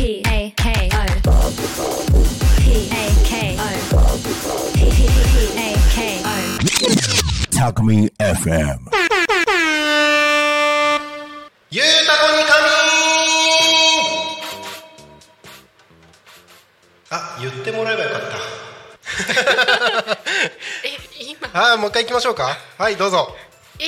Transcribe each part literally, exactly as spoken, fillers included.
P A K O P A K O P A K O タコミン エフエムゆうたこに仮眠。あ、言ってもらえばよかったえ、今はい、もう一回行きましょうか。はい、どうぞ。 えー、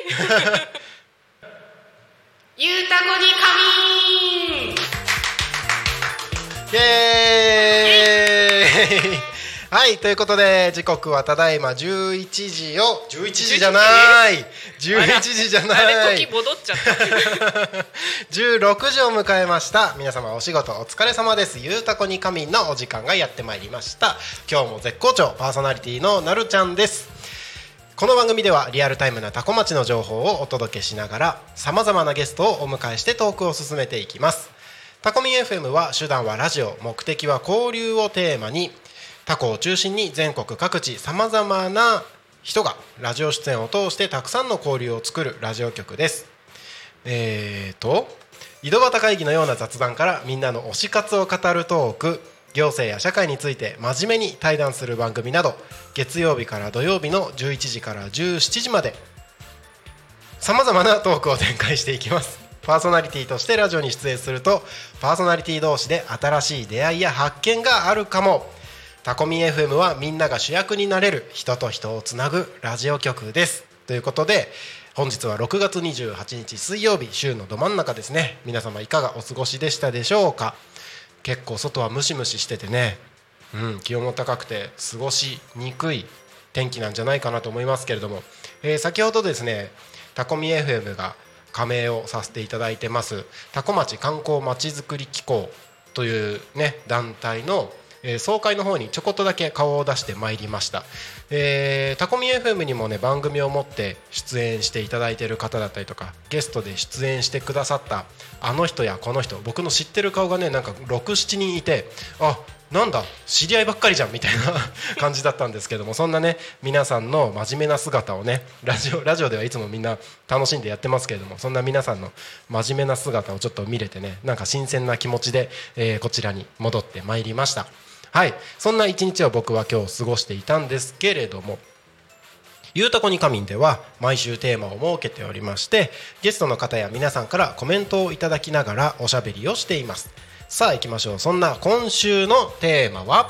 ゆうたこに仮眠。 イエーイはい、ということで時刻はただいまじゅういちじをじゅういちじじゃないじゅういちじじゃないあれ時戻っちゃったじゅうろくじを迎えました。皆様お仕事お疲れ様です。ゆうたこに仮眠のお時間がやってまいりました。今日も絶好調パーソナリティのなるちゃんです。この番組ではリアルタイムなタコ町の情報をお届けしながらさまざまなゲストをお迎えしてトークを進めていきます。タコミン エフエム は手段はラジオ、目的は交流をテーマにタコを中心に全国各地さまざまな人がラジオ出演を通してたくさんの交流を作るラジオ局です。えーと井戸端会議のような雑談からみんなの推し活を語るトーク、行政や社会について真面目に対談する番組など月曜日から土曜日のじゅういちじからじゅうしちじまでさまざまなトークを展開していきます。パーソナリティとしてラジオに出演するとパーソナリティ同士で新しい出会いや発見があるかも。タコミン エフエム はみんなが主役になれる人と人をつなぐラジオ局ですということで、本日はろくがつにじゅうはちにち水曜日、週のど真ん中ですね。皆様いかがお過ごしでしたでしょうか。結構外はムシムシしててね、うん、気温も高くて過ごしにくい天気なんじゃないかなと思いますけれども、えー、先ほどですねタコミン エフエム が加盟をさせていただいてますタコ町観光まちづくり機構というね団体のえー、総会の方にちょこっとだけ顔を出してまいりました。えー、タコミン エフエム にもね番組を持って出演していただいている方だったりとかゲストで出演してくださったあの人やこの人、僕の知ってる顔がねなんかろく、しちにんいて、あ、なんだ知り合いばっかりじゃんみたいな感じだったんですけども、そんなね皆さんの真面目な姿をねラジオ、ラジオではいつもみんな楽しんでやってますけれども、そんな皆さんの真面目な姿をちょっと見れてね、なんか新鮮な気持ちで、えー、こちらに戻ってまいりました。はい、そんな一日を僕は今日過ごしていたんですけれども、ゆうたこに仮眠では毎週テーマを設けておりまして、ゲストの方や皆さんからコメントをいただきながらおしゃべりをしています。さあ行きましょう。そんな今週のテーマは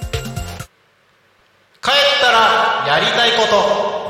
帰ったらやりたいこと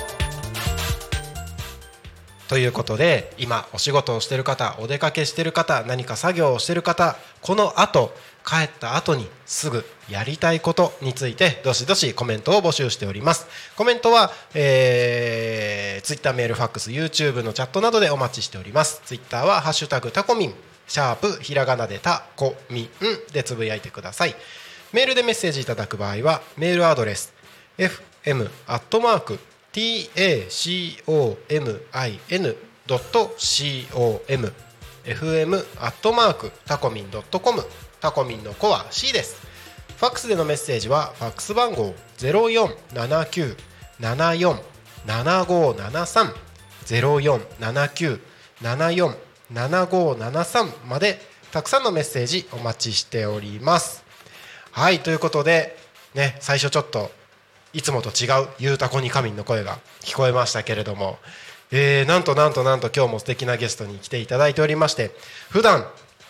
ということで、今お仕事をしている方、お出かけしている方、何か作業をしている方、この後帰った後にすぐやりたいことについてどしどしコメントを募集しております。コメントは、えー、Twitter、メール、ファックス、YouTube のチャットなどでお待ちしております。Twitter はハッシュタグタコミン、シャープひらがなでタコミンでつぶやいてください。メールでメッセージいただく場合はメールアドレス エフエム アットマーク タコミン ドット コム エフエム アットマーク タコミン ドット コム、タコミンの子は C です。ファックスでのメッセージはファックス番号 ゼロよんななきゅうななよんななごななさん ゼロよんななきゅうななよんななごななさんまでたくさんのメッセージお待ちしております。はい、ということでね、最初ちょっといつもと違うゆうたこに仮眠の声が聞こえましたけれども、えー、なんとなんとなんと今日も素敵なゲストに来ていただいておりまして、普段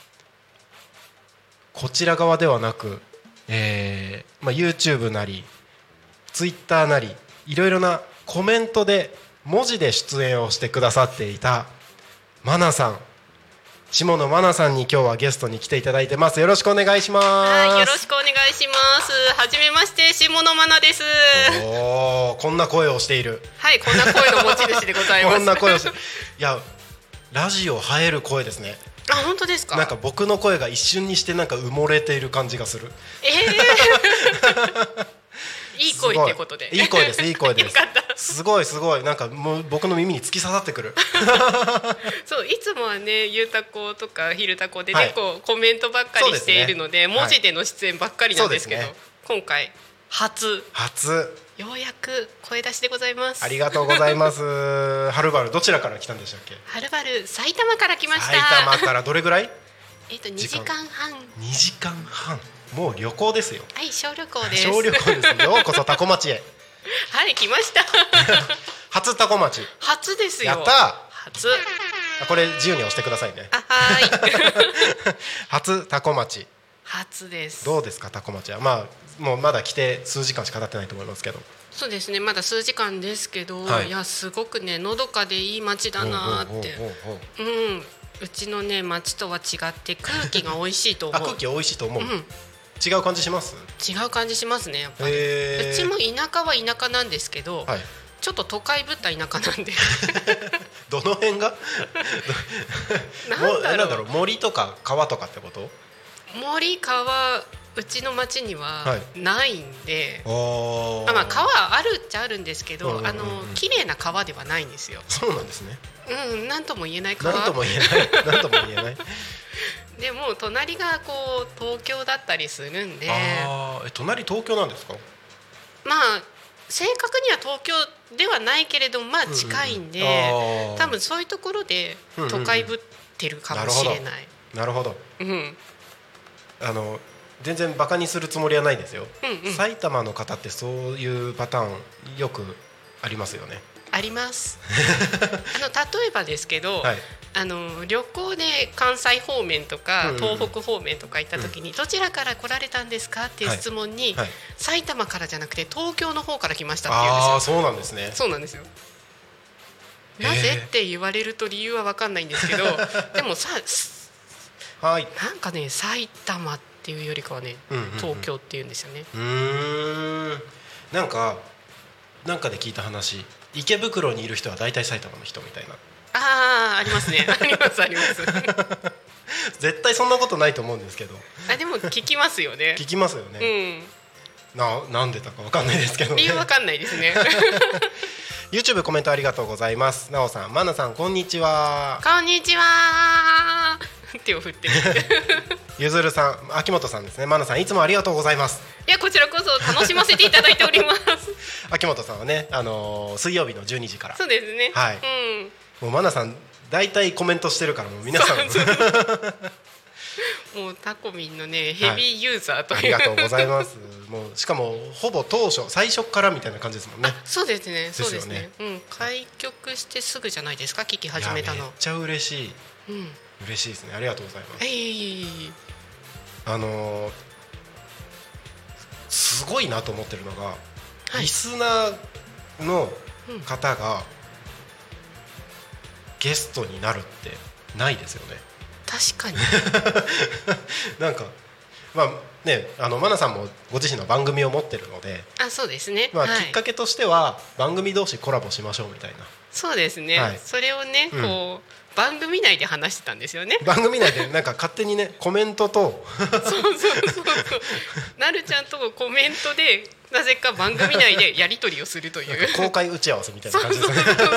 こちら側ではなく、えーまあ、YouTube なり Twitter なりいろいろなコメントで文字で出演をしてくださっていたマナさん、下野マナさんに今日はゲストに来ていただいてます。よろしくお願いします。 はい、よろしくお願いします。はじめまして、下野マナです。 おー、こんな声をしている。 はい、こんな声の持ち主でございますこんな声をしていや、ラジオ映える声ですね。 あ、本当ですか。なんか僕の声が一瞬にしてなんか埋もれている感じがする。 えーいい声っていうことで。 いい声です、いい声です。 よかった。 すごいすごい、なんかもう僕の耳に突き刺さってくるそう、いつもはね、ゆうたことかひるたこでね、はい、こうコメントばっかりしているので、文字での出演ばっかりなんですけど、はい、今回初初ようやく声出しでございます。 ありがとうございます。はるばるどちらから来たんでしたっけ。 はるばる埼玉から来ました。 埼玉からどれぐらいえっとにじかんはん。 にじかんはん、もう旅行ですよ。 はい、小旅行です。 小旅行です。ようこそタコ町へ。 はい来ました初タコ町。 初ですよ。 やったー。 初。 これ自由に押してくださいね。 あはい初タコ町。 初です。 どうですかタコ町は。まあもうまだ来て数時間しか経ってないと思いますけど。 そうですね、まだ数時間ですけど、 はい、 いやすごくねのどかでいい町だなって。うん、うちのね町とは違って空気が美味しいと思う。 あ、空気美味しいと思う、うん、違う感じします。 違う感じしますねやっぱり。うちも田舎は田舎なんですけど、はい、ちょっと都会ぶった田舎なんでどの辺がなんだろう、なんだろう、森とか川とかってこと。 森川うちの町にはないんで、はい、あ、まあ、川あるっちゃあるんですけど、うんうんうん、あの綺麗な川ではないんですよ。 そうなんですね。 うん、なんとも言えない川。 なんとも言えないなんとも言えないでも隣がこう東京だったりするんで。 あ、え、隣東京なんですか。 まあ正確には東京ではないけれどまあ近いんで、うんうん、多分そういうところで都会ぶってるかもしれない。 なるほど、 うん、 あの全然バカにするつもりはないですよ、うんうん、埼玉の方ってそういうパターンよくありますよね。 ありますあの例えばですけど、はい、あの旅行で関西方面とか、うんうん、東北方面とか行った時に、うん、どちらから来られたんですかっていう質問に、はいはい、埼玉からじゃなくて東京の方から来ましたって言うんですよ。 あ、そうなんですね。 そうなんですよ。なぜって言われると理由は分かんないんですけどでもさ、はい、なんかね埼玉っていうよりかはね、うんうんうん、東京っていうんですよね。 うーん、なんかなんかで聞いた話、池袋にいる人は大体埼玉の人みたいな。 ああ、ありますねありますあります絶対そんなことないと思うんですけど。 あ、でも聞きますよね。 聞きますよね、うん、な, なんでだか分かんないですけど、ね、 理由分かんないですね YouTube コメントありがとうございます。なおさん、まなさん、こんにちは。 こんにちは手を振ってゆずるさん、秋元さんですね。まなさん、いつもありがとうございます。 いや、こちらこそ楽しませていただいております秋元さんはね、あのー、水曜日のじゅうにじから。 そうですね、 はい、うん、もうまなさん大体コメントしてるから、もう皆さんもうタコミンのねヘビーユーザーという、 はい、ありがとうございます。もうしかもほぼ当初最初からみたいな感じですもんね。 そうですね、そうですね、うん、開局してすぐじゃないですか、聞き始めたの。 めっちゃ嬉しい、うん、嬉しいですね。ありがとうございます。えー、あのー、すごいなと思ってるのが、はい、リスナーの方がゲストになるってないですよね。 確かになんかまあね、あのマナさんもご自身の番組を持ってるので、 あ、そうですね、 まあ、 はい、 きっかけとしては番組同士コラボしましょうみたいな。 そうですね、はい、それをね、うん、こう番組内で話してたんですよね。 番組内でなんか勝手にねコメントとそうそうそうそうなるちゃんとコメントでなぜか番組内でやり取りをするという公開打ち合わせみたいな感じですね。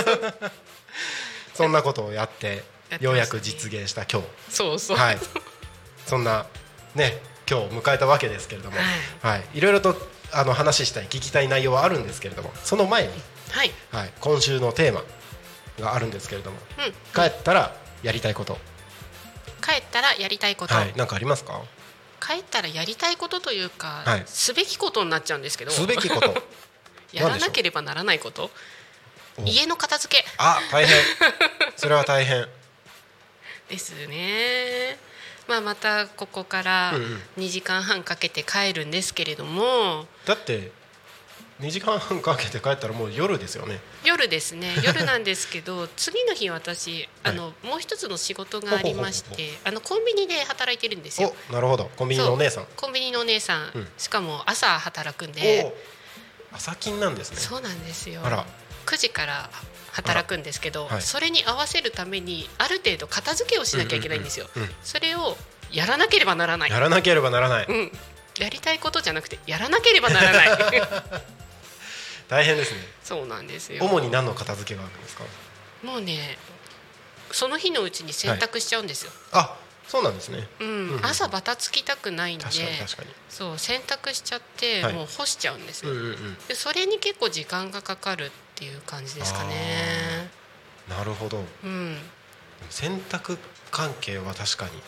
そんなことをやってようやく実現した今日、 そうそう、 はい、そんなね今日迎えたわけですけれども、はいはい、いろいろとあの話したい聞きたい内容はあるんですけれども、その前に、はいはい、今週のテーマがあるんですけれども、うん、帰ったらやりたいこと。 帰ったらやりたいこと、 はい、なんかありますか。 帰ったらやりたいことというか、はい、すべきことになっちゃうんですけど、 すべきことやらなければならないこと、家の片付け。 あ、大変それは大変ですね。まあ、またここからにじかんはんかけて帰るんですけれども、 だってにじかんはんかけて帰ったらもう夜ですよね。 夜ですね、夜なんですけど次の日私あの、はい、もう一つの仕事がありまして、あのコンビニで働いてるんですよ。 お、なるほど、コンビニのお姉さん。 コンビニのお姉さん、うん、しかも朝働くんで。 朝勤なんですね。 そうなんですよ。 あら、 くじから働くんですけど、はい、それに合わせるためにある程度片付けをしなきゃいけないんですよ、うんうんうん、それをやらなければならない。 やらなければならない、 うん、やりたいことじゃなくてやらなければならない大変ですね。 そうなんですよ。 主に何の片付けがあるんですか。 もうね、その日のうちに洗濯しちゃうんですよ、 はい、あ、そうなんですね、 うんうんうん、朝バタつきたくないんで、 確かに確かに、 そう洗濯しちゃって、はい、もう干しちゃうんですよ、うんうんうん、でそれに結構時間がかかるっていう感じですかね。 なるほど、 うん、 洗濯関係は確かに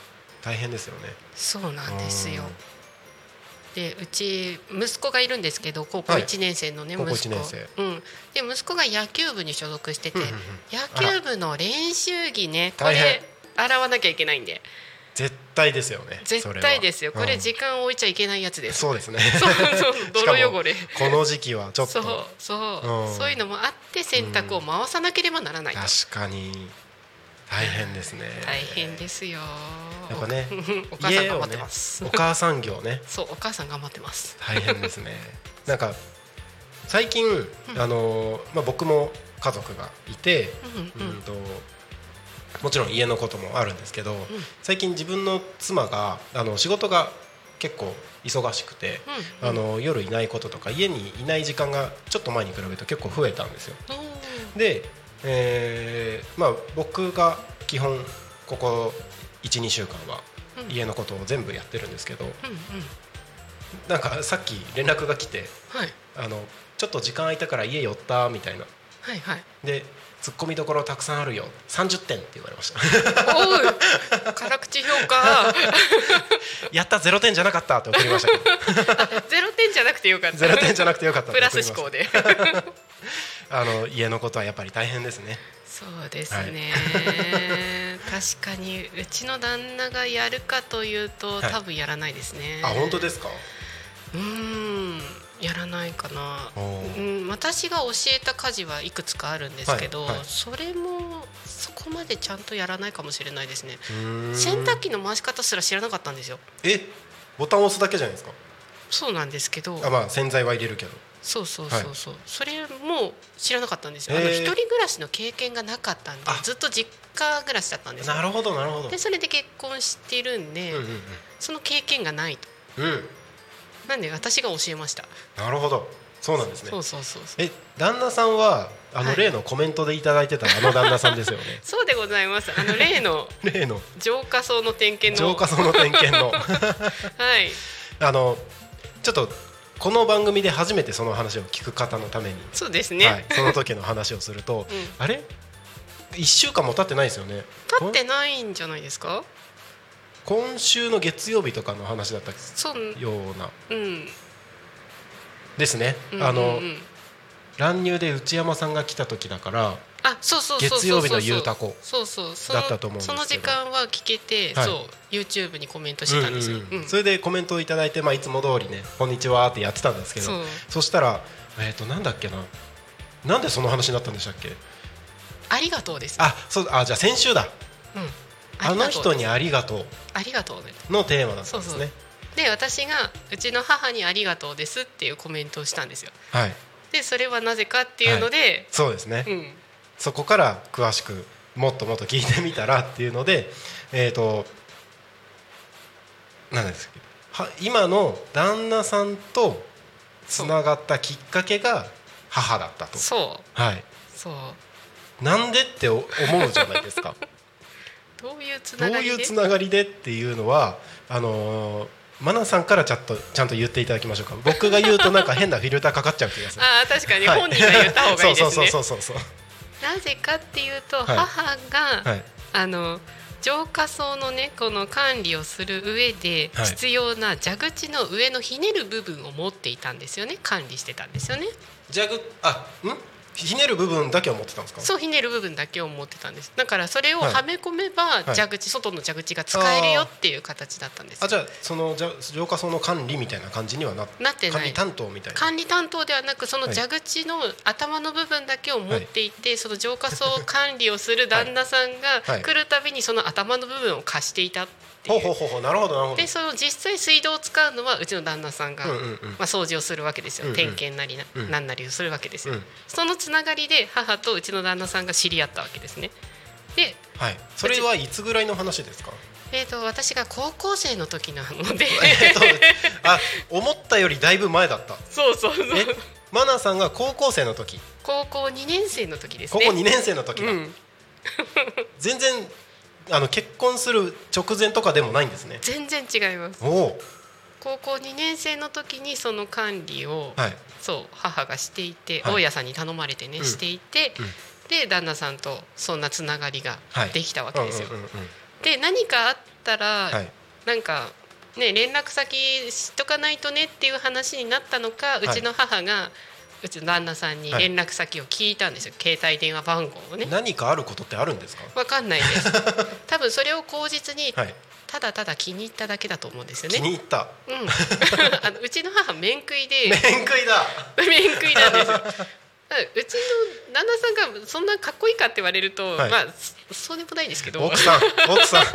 大変ですよね。 そうなんですよ。でうち息子がいるんですけど、高校いちねん生のね、はい、息子、うん、で息子が野球部に所属してて、うんうんうん、野球部の練習着ね、これ洗わなきゃいけないんで、 絶対ですよね。 絶対ですよ、これ時間置いちゃいけないやつです、 うん、そうですね。 そうそう泥汚れこの時期はちょっとそうそう、うん、そういうのもあって洗濯を回さなければならないと、 うん、確かに大変ですね。 大変ですよ。 やっぱねお母さん頑張ってます、 ね、お母さん業ねそうお母さん頑張ってます。 大変ですね。なんか最近、うん、あのまあ、僕も家族がいて、うんうんうん、ともちろん家のこともあるんですけど、うん、最近自分の妻があの仕事が結構忙しくて、うんうん、あの夜いないこととか家にいない時間がちょっと前に比べると結構増えたんですよ。で、えーまあ、僕が基本ここ いち,に 週間は家のことを全部やってるんですけど、うんうん、なんかさっき連絡が来て、はい、あのちょっと時間空いたから家寄ったみたいな、はいはい、でツッコミどころたくさんあるよさんじゅってんって言われました。 おう辛口評価やったゼロてんじゃなかったって送りましたけどゼロてんじゃなくてよかったゼロてんじゃなくてよかったプラス思考であの家のことはやっぱり大変ですね。 そうですね、はい、確かにうちの旦那がやるかというと、はい、多分やらないですね。 あ、本当ですか。 うーんやらないかな、うん、私が教えた家事はいくつかあるんですけど、はいはい、それもそこまでちゃんとやらないかもしれないですね。洗濯機の回し方すら知らなかったんですよ。 え、ボタンを押すだけじゃないですか。 そうなんですけど、 あ、まあ、洗剤は入れるけど、 そうそうそうそう、はい、それも知らなかったんですよ。あの一人暮らしの経験がなかったんで、ずっと実家暮らしだったんですよ。 なるほどなるほど。 でそれで結婚してるんで、うんうんうん、その経験がないと、うん、なんで私が教えました。 なるほど、そうなんですね。 そうそうそうそう。 え、旦那さんはあの例のコメントでいただいてたあの旦那さんですよね。 そうでございます。あの例の例の浄化槽の点検の浄化槽の点検のはい、あのちょっとこの番組で初めてその話を聞く方のために、 そうですね、 はい、その時の話をすると、うん、あれいっしゅうかんも経ってないですよね。 経ってないんじゃないですか。 今週の月曜日とかの話だったような、うん、ですね、うんうんうん、あの乱入で内山さんが来た時だから、 あ、そうそうそうそうそう、 月曜日のゆうたこだったと思うんですけど、 その時間は聞けて、はい、そう YouTube にコメントしてたんですよ、うんうんうん、 それでコメントをいただいて、まあ、いつも通りねこんにちはってやってたんですけど、 そ, そしたら、えーと、なんだっけな、なんでその話になったんでしたっけ。 ありがとうです。 あ、そう、あ、じゃあ先週だ、うん、あの人にありがとうありがとうのテーマだったんですね。そうそう、 で私がうちの母にありがとうですっていうコメントをしたんですよ、はい、でそれはなぜかっていうので、はい、 そうですね、うん、そこから詳しくもっともっと聞いてみたらっていうので、えーと何ですか、今の旦那さんとつながったきっかけが母だったと。 そう、はい、そうなんでって思うじゃないですか。 どういうつながりでどういうつながりでっていうのはあのー、マナさんからちゃんとちゃんと言っていただきましょうか。僕が言うとなんか変なフィルターかかっちゃう気がする。 あ、確かに本人が言った方がいいですね。 そうそうそうそうそう。 なぜかっていうと、はい、母が、はい、あの浄化槽のねこの管理をする上で必要な蛇口の上のひねる部分を持っていたんですよね。管理してたんですよね。 蛇口、あ、んひねる部分だけを持ってたんですか。 そう、ひねる部分だけを持ってたんです。だからそれをはめ込めば蛇口、はい、外の蛇口が使えるよっていう形だったんです。 あ、じゃあその浄化槽の管理みたいな感じには な, なってない。 管理担当みたいな。 管理担当ではなく、その蛇口の頭の部分だけを持っていて、はい、その浄化槽管理をする旦那さんが来るたびにその頭の部分を貸していた。 ほうほうほうほう、なるほどなるほど。 でその実際水道を使うのはうちの旦那さんが、うんうんうん、まあ、掃除をするわけですよ、うんうん、点検なり な,、うん、なんなりをするわけですよ、うん、そのつながりで母とうちの旦那さんが知り合ったわけですね。で、 はい、それはいつぐらいの話ですか。 えー、と私が高校生の時なのであ、思ったよりだいぶ前だった。 そうそうそう。 え、マナさんが高校生の時。 高校にねん生の時ですね。 高校にねん生の時だ、うん、全然あの結婚する直前とかでもないんですね。 全然違います。お高校にねん生の時にその管理を、はい、そう母がしていて、はい、大家さんに頼まれてね、うん、していて、うん、で旦那さんとそんなつながりができたわけですよ、はい、うんうんうんうん、で何かあっったら、はい、なんかね連絡先知っとかないとねっていう話になったのか、うちの母が、はい、うちの旦那さんに連絡先を聞いたんですよ、はい、携帯電話番号をね。 何かあることってあるんですか？ わかんないです多分それを口実に、はい、ただただ気に入っただけだと思うんですよね。 気に入った、 うん、あのうちの母面食いで面食いだ面食いなんですようちの旦那さんがそんなかっこいいかって言われると、はい、まあそうでもないですけど、 奥さん奥さん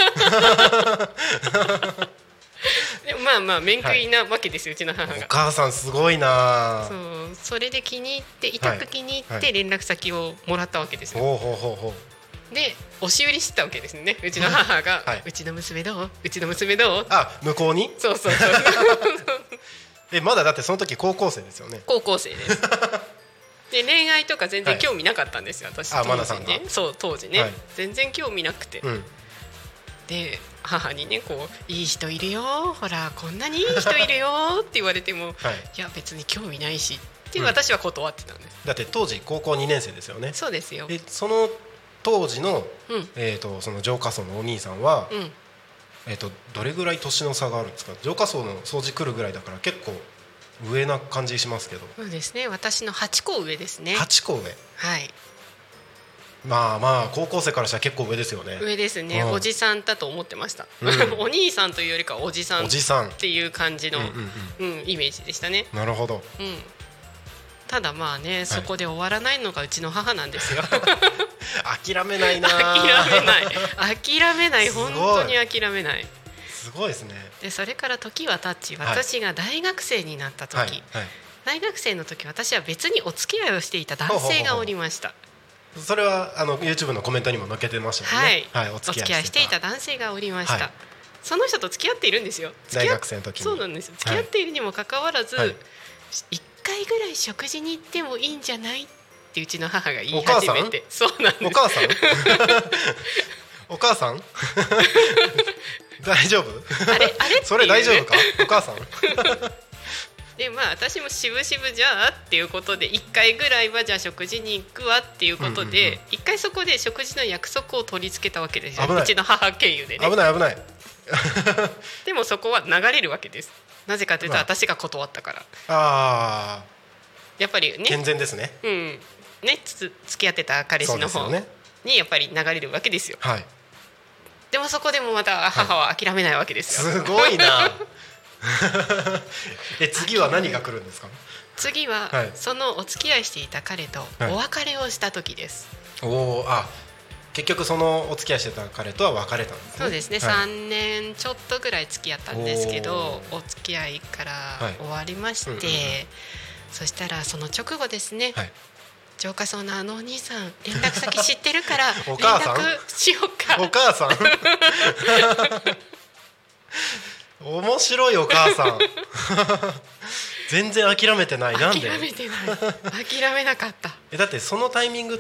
でもまあまあ面食いなわけですよ、はい、うちの母が。 お母さんすごいな。 そう、それで気に入って痛く気に入って連絡先をもらったわけですよ、はいはい、ほうほうほうほう。で押し売りしてたわけですね、うちの母が、はい、うちの娘どううちの娘どうあ、向こうに。 そうそうそうえ、まだだってその時高校生ですよね。 高校生ですで恋愛とか全然興味なかったんですよ、はい、私当時ね。そう当時ね、はい、全然興味なくて、うん、で母にねこういい人いるよ、ほらこんなにいい人いるよって言われても、はい、いや別に興味ないしって私は断ってたんです、 うん、だって当時高校にねん生ですよね。 そうですよ。 でその当時の、うんえー、とその浄化層のお兄さんは、うんえー、とどれぐらい年の差があるんですか？浄化層の掃除来るぐらいだから結構上な感じしますけど。 そうですね、私のはちこ上ですね。 はちこ上。 はい。 まあまあ高校生からしたら結構上ですよね。 上ですね、うん、おじさんだと思ってました、うん、お兄さんというよりかおじさんっていう感じの、うんうんうんうん、イメージでしたね。 なるほど、 うん、ただまあね、はい、そこで終わらないのがうちの母なんですよ諦めないな諦めない諦めない本当に諦めない。 すごいですね。 でそれから時は経ち、私が大学生になった時、はいはいはい、大学生の時私は別にお付き合いをしていた男性がおりました。 それはあの YouTube のコメントにも載っけてましたよね、 はいはい、お付き合いしていた男性がおりました、はい、その人と付き合っているんですよ。 大学生の時に。 そうなんですよ。付き合っているにもかかわらず、はい、いっかいぐらい食事に行ってもいいんじゃないってうちの母が言い始めて。そうなんです。 お母さんお母さん大丈夫？ あれあれそれ大丈夫かお母さんでまあ私もしぶしぶじゃあっていうことでいっかいぐらいはじゃあ食事に行くわっていうことでいっかいそこで食事の約束を取り付けたわけですよ。うちの母経由でね。 危ない危ないでもそこは流れるわけです。なぜかというと私が断ったから。 ああやっぱりね健全ですね。 うんねつ付き合ってた彼氏の方にやっぱり流れるわけですよ。 はい。 でもそこでもまた母は諦めないわけですよ、 はい、すごいなえ次は何が来るんですか？ 次は、はい、そのお付き合いしていた彼とお別れをした時です、 はい、おあ結局そのお付き合いしてた彼とは別れたんですね。 そうですね、はい、さんねんちょっとぐらい付き合ったんですけど お, お付き合いから終わりまして、はいうんうんうん、そしたらその直後ですね、はい浄化層のあのお兄さん連絡先知ってるから連絡しようか。 お母さん面白いお母さん全然諦めてない。なんで諦めてない諦めなかったえだってそのタイミングって、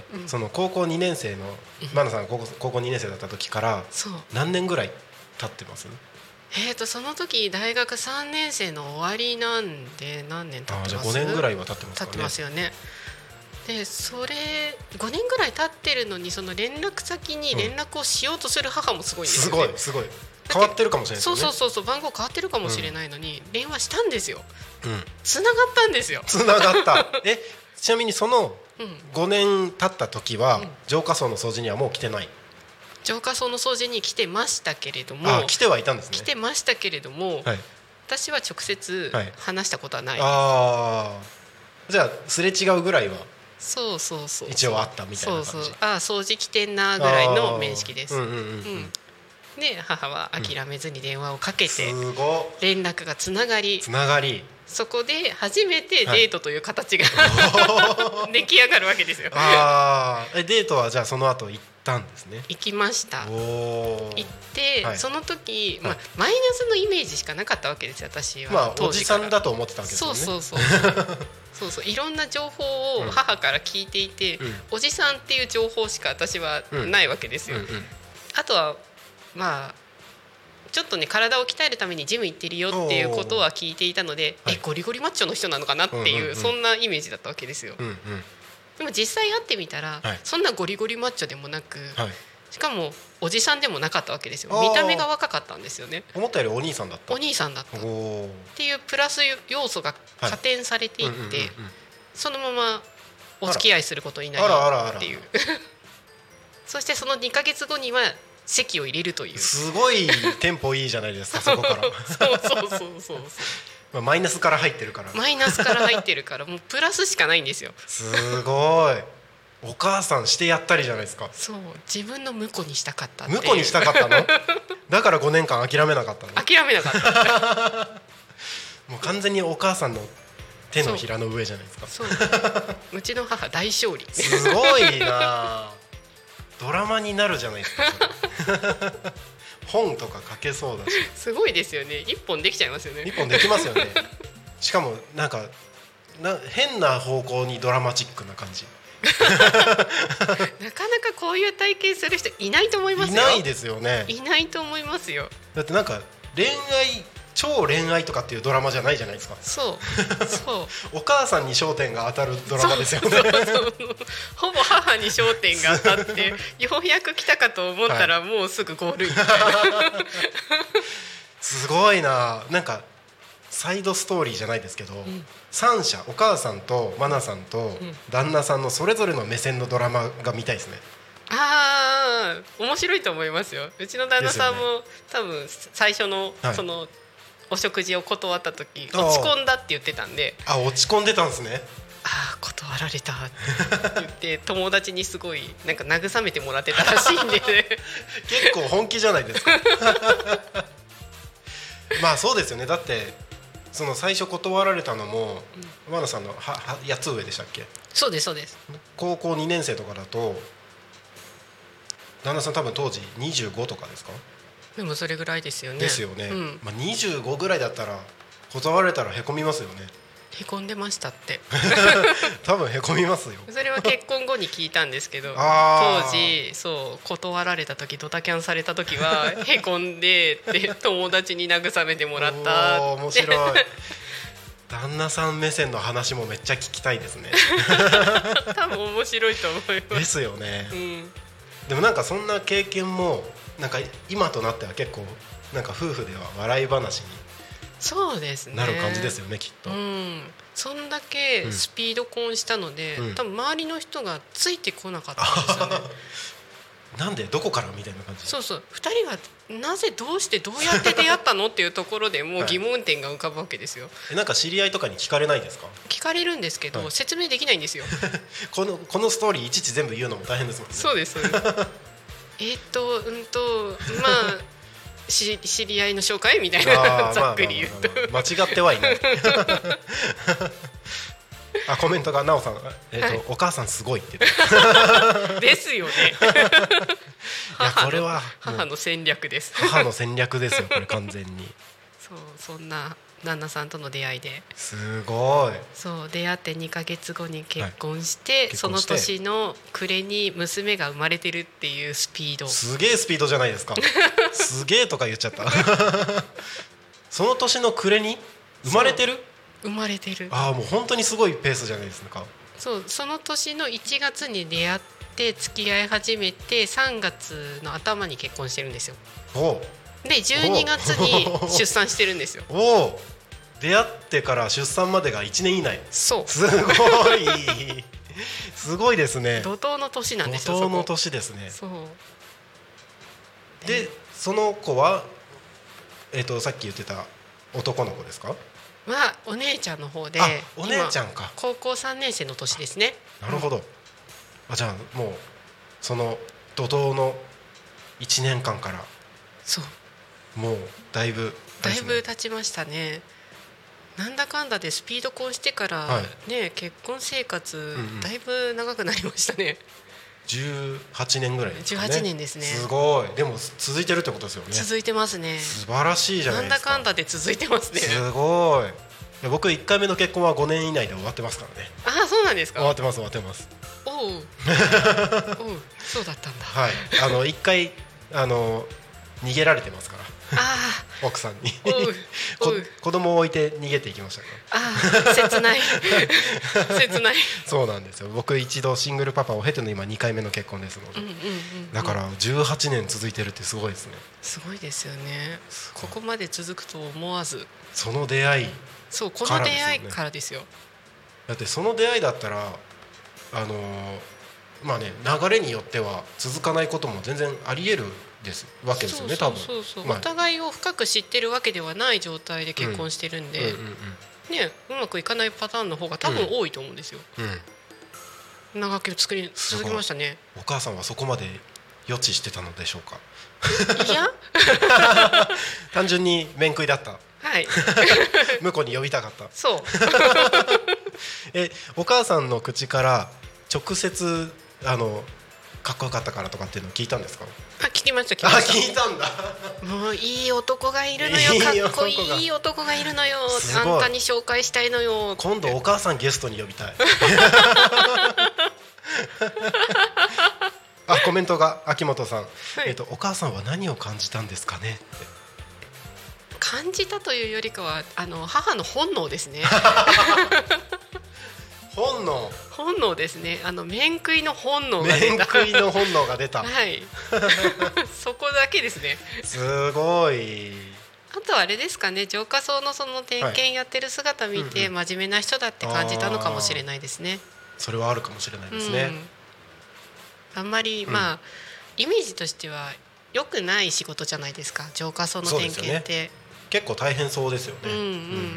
うん、その高校にねん生のマナさんが高校、高校にねん生だった時から何年ぐらい経ってます？ えー、とその時大学さんねん生の終わりなんで何年経ってます？あじゃあごねんぐらいは経ってますかね。 経ってますよね。でそれごねんぐらい経ってるのにその連絡先に連絡をしようとする母もすごいんですよね、 うん、すごいすごい変わってるかもしれないですよね。 そうそうそう番号変わってるかもしれないのに、うん、電話したんですよ、うん、繋がったんですよ。 繋がったえちなみにそのごねん経った時は、うん、浄化層の掃除にはもう来てない？ 浄化層の掃除に来てましたけれども。 あ来てはいたんですね。 来てましたけれども、はい、私は直接話したことはないです、 はい、あじゃあすれ違うぐらいはそうそうそう一応あったみたいな感じ。 そうそうあ掃除来てんなぐらいの面識です。うんうんうんうん、で母は諦めずに電話をかけて、うん、連絡がつながりつながりそこで初めてデートという形が、はい、出来上がるわけですよ。 あえデートはじゃあその後行ったんですね。 行きました。行って、はい、その時、まあ、マイナスのイメージしかなかったわけですよ私は、 まあ、おじさんだと思ってたわけですよね。 そうそうそうそうそういろんな情報を母から聞いていて、うん、おじさんっていう情報しか私はないわけですよ、うんうんうん、あとはまあちょっとね体を鍛えるためにジム行ってるよっていうことは聞いていたので、えゴリゴリマッチョの人なのかなっていう、うんうんうん、そんなイメージだったわけですよ、うんうん、でも実際会ってみたら、はい、そんなゴリゴリマッチョでもなく、はい、 しかもおじさんでもなかったわけですよ。見た目が若かったんですよね。 思ったよりお兄さんだった。 お兄さんだったっていうプラス要素が加点されていって、そのままお付き合いすることになりっていうそしてそのにかげつごには籍を入れるという、 すごいテンポいいじゃないですかそこからそうそうそうそうまあマイナスから入ってるからマイナスから入ってるからもうプラスしかないんですよ。 すごい、お母さんしてやったりじゃないですか。 そう、自分の婿にしたかったっていう。 婿にしたかったのだからごねんかん諦めなかったの。 諦めなかったもう完全にお母さんの手のひらの上じゃないですか。 そううちの母大勝利すごいなドラマになるじゃないですか本とか書けそうだし。 すごいですよね。一本できちゃいますよね。 一本できますよねしかもなんかな変な方向にドラマチックな感じなかなかこういう体験する人いないと思いますよ。 いないですよね。 いないと思いますよ。 だってなんか恋愛超恋愛とかっていうドラマじゃないじゃないですか。 そうそうお母さんに焦点が当たるドラマですよね。 そうそうそうほぼ母に焦点が当たってようやく来たかと思ったら、はい、もうすぐゴールインみたいなすごいな。なんかサイドストーリーじゃないですけど、うん、さん者お母さんとマナさんと旦那さんのそれぞれの目線のドラマが見たいですね。 ああ面白いと思いますよ。うちの旦那さんも、ね、多分最初のその、はい、お食事を断った時落ち込んだって言ってたんで。 あ、落ち込んでたんですね。 ああ断られたって言って友達にすごいなんか慰めてもらってたらしいんで、ね、 結構本気じゃないですかまあそうですよね。だってその最初断られたのもマナ、うん、さんのははやつ上でしたっけ。 そうですそうです。 高校にねん生とかだと旦那さん多分当時にじゅうごとかですか。 でもそれぐらいですよね。 ですよね、うん、まあ、にじゅうごぐらいだったら断られたらへこみますよね。 へこんでましたって多分へこみますよ。 それは結婚後に聞いたんですけど当時そう断られた時ドタキャンされた時はへこんでって友達に慰めてもらったって。 お面白い旦那さん目線の話もめっちゃ聞きたいですね多分面白いと思います。 ですよね、 うん、 でもなんかそんな経験もなんか今となっては結構なんか夫婦では笑い話にそうですねなる感じですよね、きっと、 うん、そんだけスピード婚したので、うん、多分周りの人がついてこなかったんですよねなんでどこからみたいな感じ。 そうそうふたりがなぜどうしてどうやって出会ったのっていうところでもう疑問点が浮かぶわけですよ、はい、 えなんか知り合いとかに聞かれないですか。 聞かれるんですけど、はい、説明できないんですよこの、このストーリーいちいち全部言うのも大変ですもんね。 そうですそうですえっとうんとまあ知り合いの紹介みたいなざっくり言うと間違ってはいないあコメントがなおさん、えーとはい、お母さんすごいって言ってですよねいやこれは母の戦略です母の戦略ですよこれ完全にそうそんな旦那さんとの出会いですごいそう出会ってにかげつごに結婚して、はい、その年の暮れに娘が生まれてるっていうスピード。 すげえスピードじゃないですかすげえとか言っちゃったその年の暮れに生まれてる生まれてる。 ああもう本当にすごいペースじゃないですか。 そうその年のいちがつに出会って付き合い始めてさんがつの頭に結婚してるんですよ。 おでじゅうにがつに出産してるんですよ。 おお出会ってから出産までがいちねん以内。 そうすごいすごいですね。 怒涛の年なんですよ。 怒涛の年ですね。 そうでその子は、えー、とさっき言ってた男の子ですか。 はお姉ちゃんの方で。 あお姉ちゃんか。 高校さんねん生の年ですね。 なるほど、うん、あじゃあもうその怒涛のいちねんかんからそうもうだいぶだいぶ経ちましたね。なんだかんだでスピード婚してからね、はい、結婚生活だいぶ長くなりましたね、うんうん、 じゅうはちねんぐらいですかね。 じゅうはちねんですね。 すごい。でも続いてるってことですよね。 続いてますね。 素晴らしいじゃないですか。 なんだかんだで続いてますね。 すごい。僕いっかいめの結婚はごねん以内で終わってますからね。 ああそうなんですか。 終わってます終わってます。 おうおうそうだったんだ。 はい。あのいっかいあの逃げられてますからあ奥さんにおうおうこ子供を置いて逃げていきましたかああ切ない切ない。 そうなんですよ。僕一度シングルパパを経ての今にかいめの結婚ですので、 うんうんうんうん、 だからじゅうはちねん続いてるってすごいですね。 すごいですよね。ここまで続くと思わず。 その出会い、 そうこの出会いからですよ。 だってその出会いだったらあのー、まあね流れによっては続かないことも全然あり得るですわけですよね。多分そうそうそう、 まあ、 お互いを深く知ってるわけではない状態で結婚してるんで、うんうんうんうん、ね、うまくいかないパターンの方が多分多いと思うんですよ、うんうん、長く作り続けましたね。 お母さんはそこまで予知してたのでしょうか。 いや単純に面食いだった。 はい向こうに呼びたかった。 そうえお母さんの口から直接あのかっこよかったからとかっていうのを聞いたんですか。 あ聞きました聞きました。 あ聞いたんだ。 もういい男がいるのよ、かっこいいいい男がいるのよ、あんたに紹介したいのよ。 今度お母さんゲストに呼びたいあコメントが秋元さん、はい、えーと、お母さんは何を感じたんですかねって。 感じたというよりかはあの母の本能ですね本能本能ですね。あの面食いの本能が出た。 面食いの本能が出たはいそこだけですね。 すごい。 あとはあれですかね、浄化槽のその点検やってる姿見て、はい、うんうん、真面目な人だって感じたのかもしれないですね。 それはあるかもしれないですね、 うん、あんまり、うん、まあイメージとしては良くない仕事じゃないですか、浄化槽の点検って。 結構大変そうですよね、うんうんうん、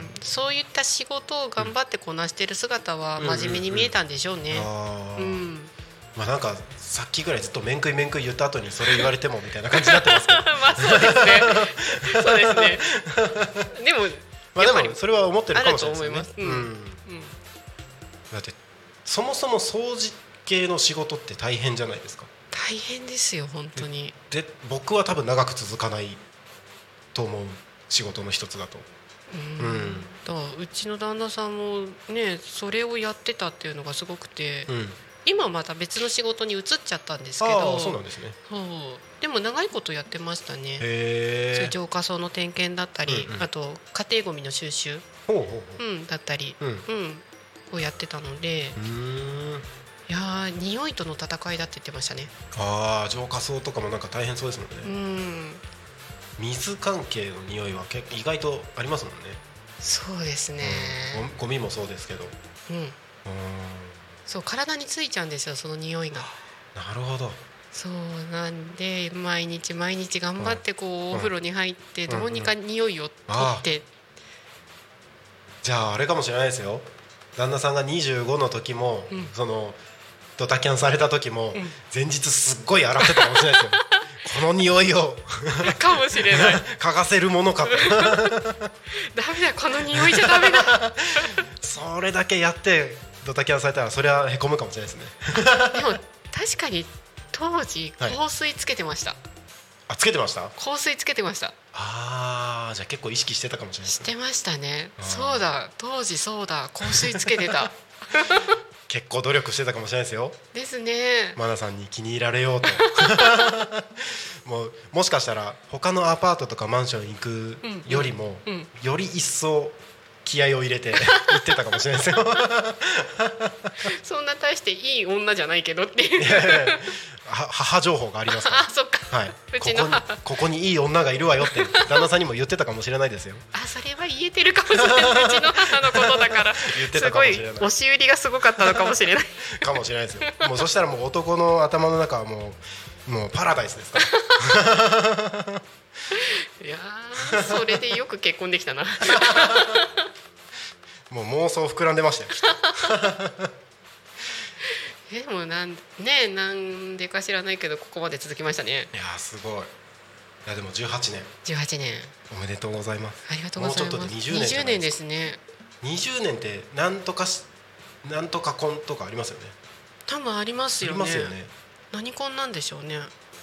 そういった仕事を頑張ってこなしている姿は真面目に見えたんでしょうね。 まあなんかさっきぐらいずっと面食い面食い言った後にそれ言われてもみたいな感じになってますけどまあそうですねそうですねでもまあでもそれは思ってるかもしれないですね。 あると思います、うんうん、 だってそもそも掃除系の仕事って大変じゃないですか。 大変ですよ本当に。 で僕は多分長く続かないと思う仕事の一つだと。 うん、うん、だからうちの旦那さんもねそれをやってたっていうのがすごくて、うん、今また別の仕事に移っちゃったんですけど。 あ、そうなんですね。 でも長いことやってましたね。 へー。 浄化槽の点検だったり、うんうん、あと家庭ごみの収集、 ほうほうほう、 うん、だったり、うんうん、をやってたので、うーん、いや匂いとの戦いだって言ってましたね。ああ、浄化槽とかもなんか大変そうですもんね。うん、水関係の匂いは結構意外とありますもんね。 そうですね、 うん、ゴミもそうですけど、うん、うん、 そう体についちゃうんですよその匂いが。 なるほど。 そうなんで毎日毎日頑張ってこう、うん、お風呂に入ってどうにか匂いを取って、うんうん、 じゃああれかもしれないですよ。旦那さんがにじゅうごの時も、うん、そのドタキャンされた時も、うん、前日すっごい洗ってたかもしれないですよこの匂いをかもしれない嗅がせるものかとダメだこの匂いじゃダメだそれだけやってドタキャンされたらそれはへこむかもしれないですねでも確かに当時香水つけてました、はい、 あ、つけてました。 香水つけてました。 あー、じゃあ結構意識してたかもしれないですね。 してましたね。そうだ当時そうだ香水つけてた結構努力してたかもしれないですよ。 ですね。 マナさんに気に入られようともうもしかしたら他のアパートとかマンション行くよりも、うんうん、より一層気合を入れて行ってたかもしれないですよそんな大していい女じゃないけどっていういやいや母情報がありますからあ、そっか、はい、うちのここに、ここにいい女がいるわよって旦那さんにも言ってたかもしれないですよ。 あ、それは言えてるかもしれないうちの母のことだから言ってたかもしれない。 すごい押し売りがすごかったのかもしれないかもしれないですよ。もうそしたらもう男の頭の中はもうもうパラダイスですからいやそれでよく結婚できたなもう妄想膨らんでましたよえでもなんねなんでか知らないけどここまで続きましたね。 いやすごい。いやでもじゅうはちねんじゅうはちねんおめでとうございます。 ありがとうございます。 もうちょっとでにじゅうねんじゃないですか。 にじゅうねんですね。 にじゅうねんってなんとかしなんとか婚とかありますよね。 多分ありますよね。 ありますよね。 何婚なんでしょうね。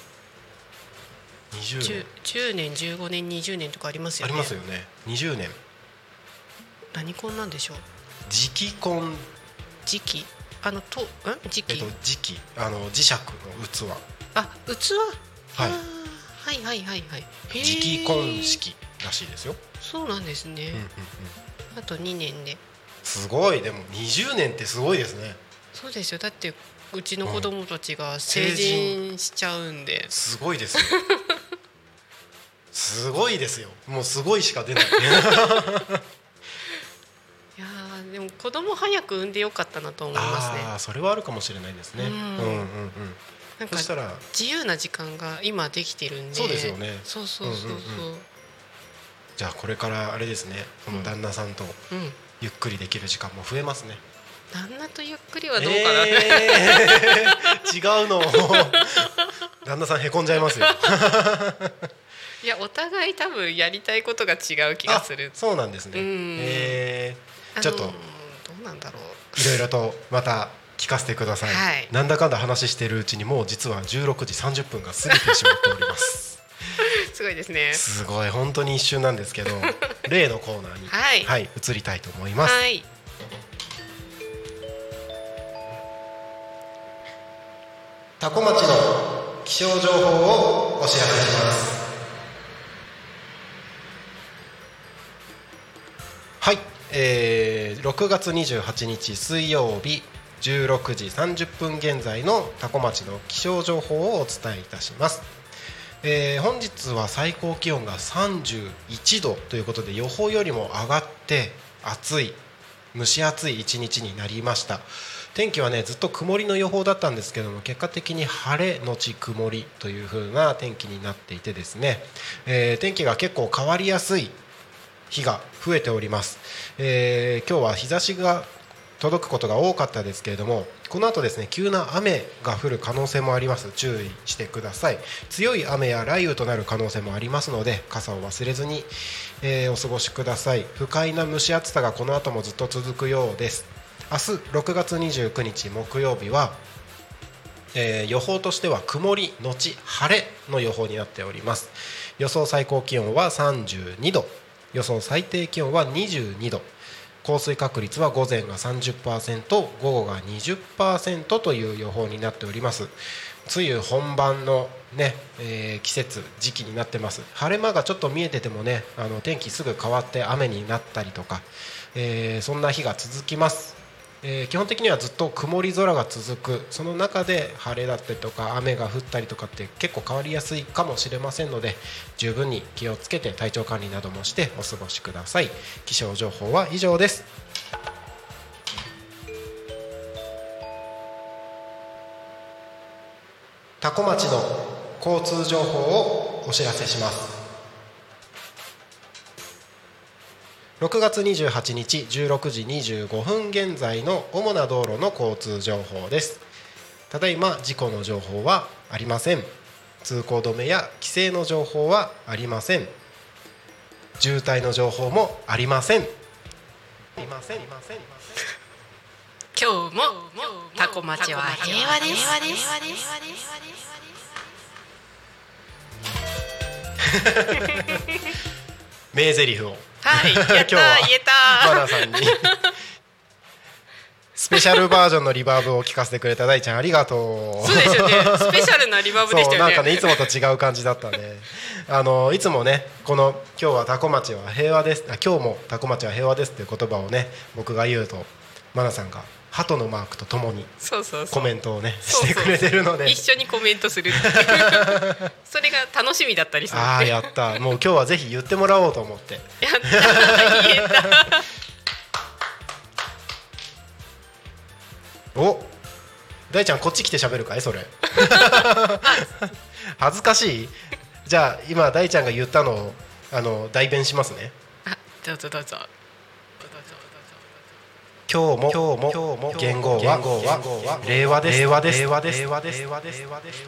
にじゅうねん、 じゅうねんじゅうごねんにじゅうねんとかありますよね。 ありますよね。にじゅうねん何婚なんでしょう。 磁気婚。 磁気あのとん磁気、 えっと、磁気あの磁石の器。 あ、器。 はいははいはいはいはい。 直婚式らしいですよ。 そうなんですね、うんうんうん、あとにねんで。 すごい。でもにじゅうねんってすごいですね。 そうですよ。だってうちの子供たちが成人しちゃうんで、 うん、すごいですよすごいですよ。もうすごいしか出ないいやでも子供早く産んでよかったなと思いますね。 あ、それはあるかもしれないですね。うん、うんうんうん。 なんか自由な時間が今できてるんで。 そうですよね。 そうそうそうそう、うんうんうん、 じゃあこれからあれですね、この旦那さんとゆっくりできる時間も増えますね。 旦那とゆっくりはどうかな、 えー、違うの旦那さんへこんじゃいますよいやお互い多分やりたいことが違う気がする。 そうなんですね。えー、ちょっと、あのー、 どうなんだろう、 いろいろとまた聞かせてください、はい、なんだかんだ話しているうちにもう実はじゅうろくじさんじゅっぷんが過ぎてしまっておりますすごいですね。 すごい本当に一瞬なんですけど例のコーナーに、はいはい、移りたいと思います、はい、多古町の気象情報をお知らせします。はい、えー、ろくがつにじゅうはちにち水曜日じゅうろくじさんじゅっぷん現在の多古町の気象情報をお伝えいたします。えー、本日は最高気温がさんじゅういちどということで予報よりも上がって暑い蒸し暑い一日になりました。天気はねずっと曇りの予報だったんですけども、結果的に晴れのち曇りという風な天気になっていてですね、えー、天気が結構変わりやすい日が増えております。えー、今日は日差しが届くことが多かったですけれども、この後ですね急な雨が降る可能性もあります。注意してください。強い雨や雷雨となる可能性もありますので傘を忘れずに、えー、お過ごしください。不快な蒸し暑さがこの後もずっと続くようです。明日ろくがつにじゅうくにち木曜日は、えー、予報としては曇りのち晴れの予報になっております。予想最高気温はさんじゅうにど、予想最低気温はにじゅうにど、降水確率は午前が さんじゅっパーセント、午後が にじゅっパーセント という予報になっております。梅雨本番の、ねえー、季節時期になってます。晴れ間がちょっと見えててもね、あの天気すぐ変わって雨になったりとか、えー、そんな日が続きます。えー、基本的にはずっと曇り空が続く。その中で晴れだったりとか雨が降ったりとかって結構変わりやすいかもしれませんので、十分に気をつけて体調管理などもしてお過ごしください。気象情報は以上です。多古町の交通情報をお知らせします。ろくがつにじゅうはちにちじゅうろくじにじゅうごふん現在の主な道路の交通情報です。ただいま事故の情報はありません。通行止めや規制の情報はありません。渋滞の情報もありません。今日も多古町は平和です。 名台詞をはい、やったー、言えたーマナさんにスペシャルバージョンのリバーブを聞かせてくれた大ちゃんありがとう。 そうですよね、スペシャルなリバーブでしたよね。 そうなんかねいつもと違う感じだったねあのいつもねこの今日は多古町は平和ですあ今日も多古町は平和ですっていう言葉をね僕が言うとマナさんが鳩のマークとともにコメントをねしてくれてるので、 一緒にコメントするそれが楽しみだったりする。 ああやった。もう今日はぜひ言ってもらおうと思ってやった言えたお大ちゃんこっち来て喋るかいそれ恥ずかしい。じゃあ今大ちゃんが言ったのをあの代弁しますね。 あどうぞどうぞ。 今日も今日も今日も言語は令和です。令和です。令和です。令和です。令和です。令和です。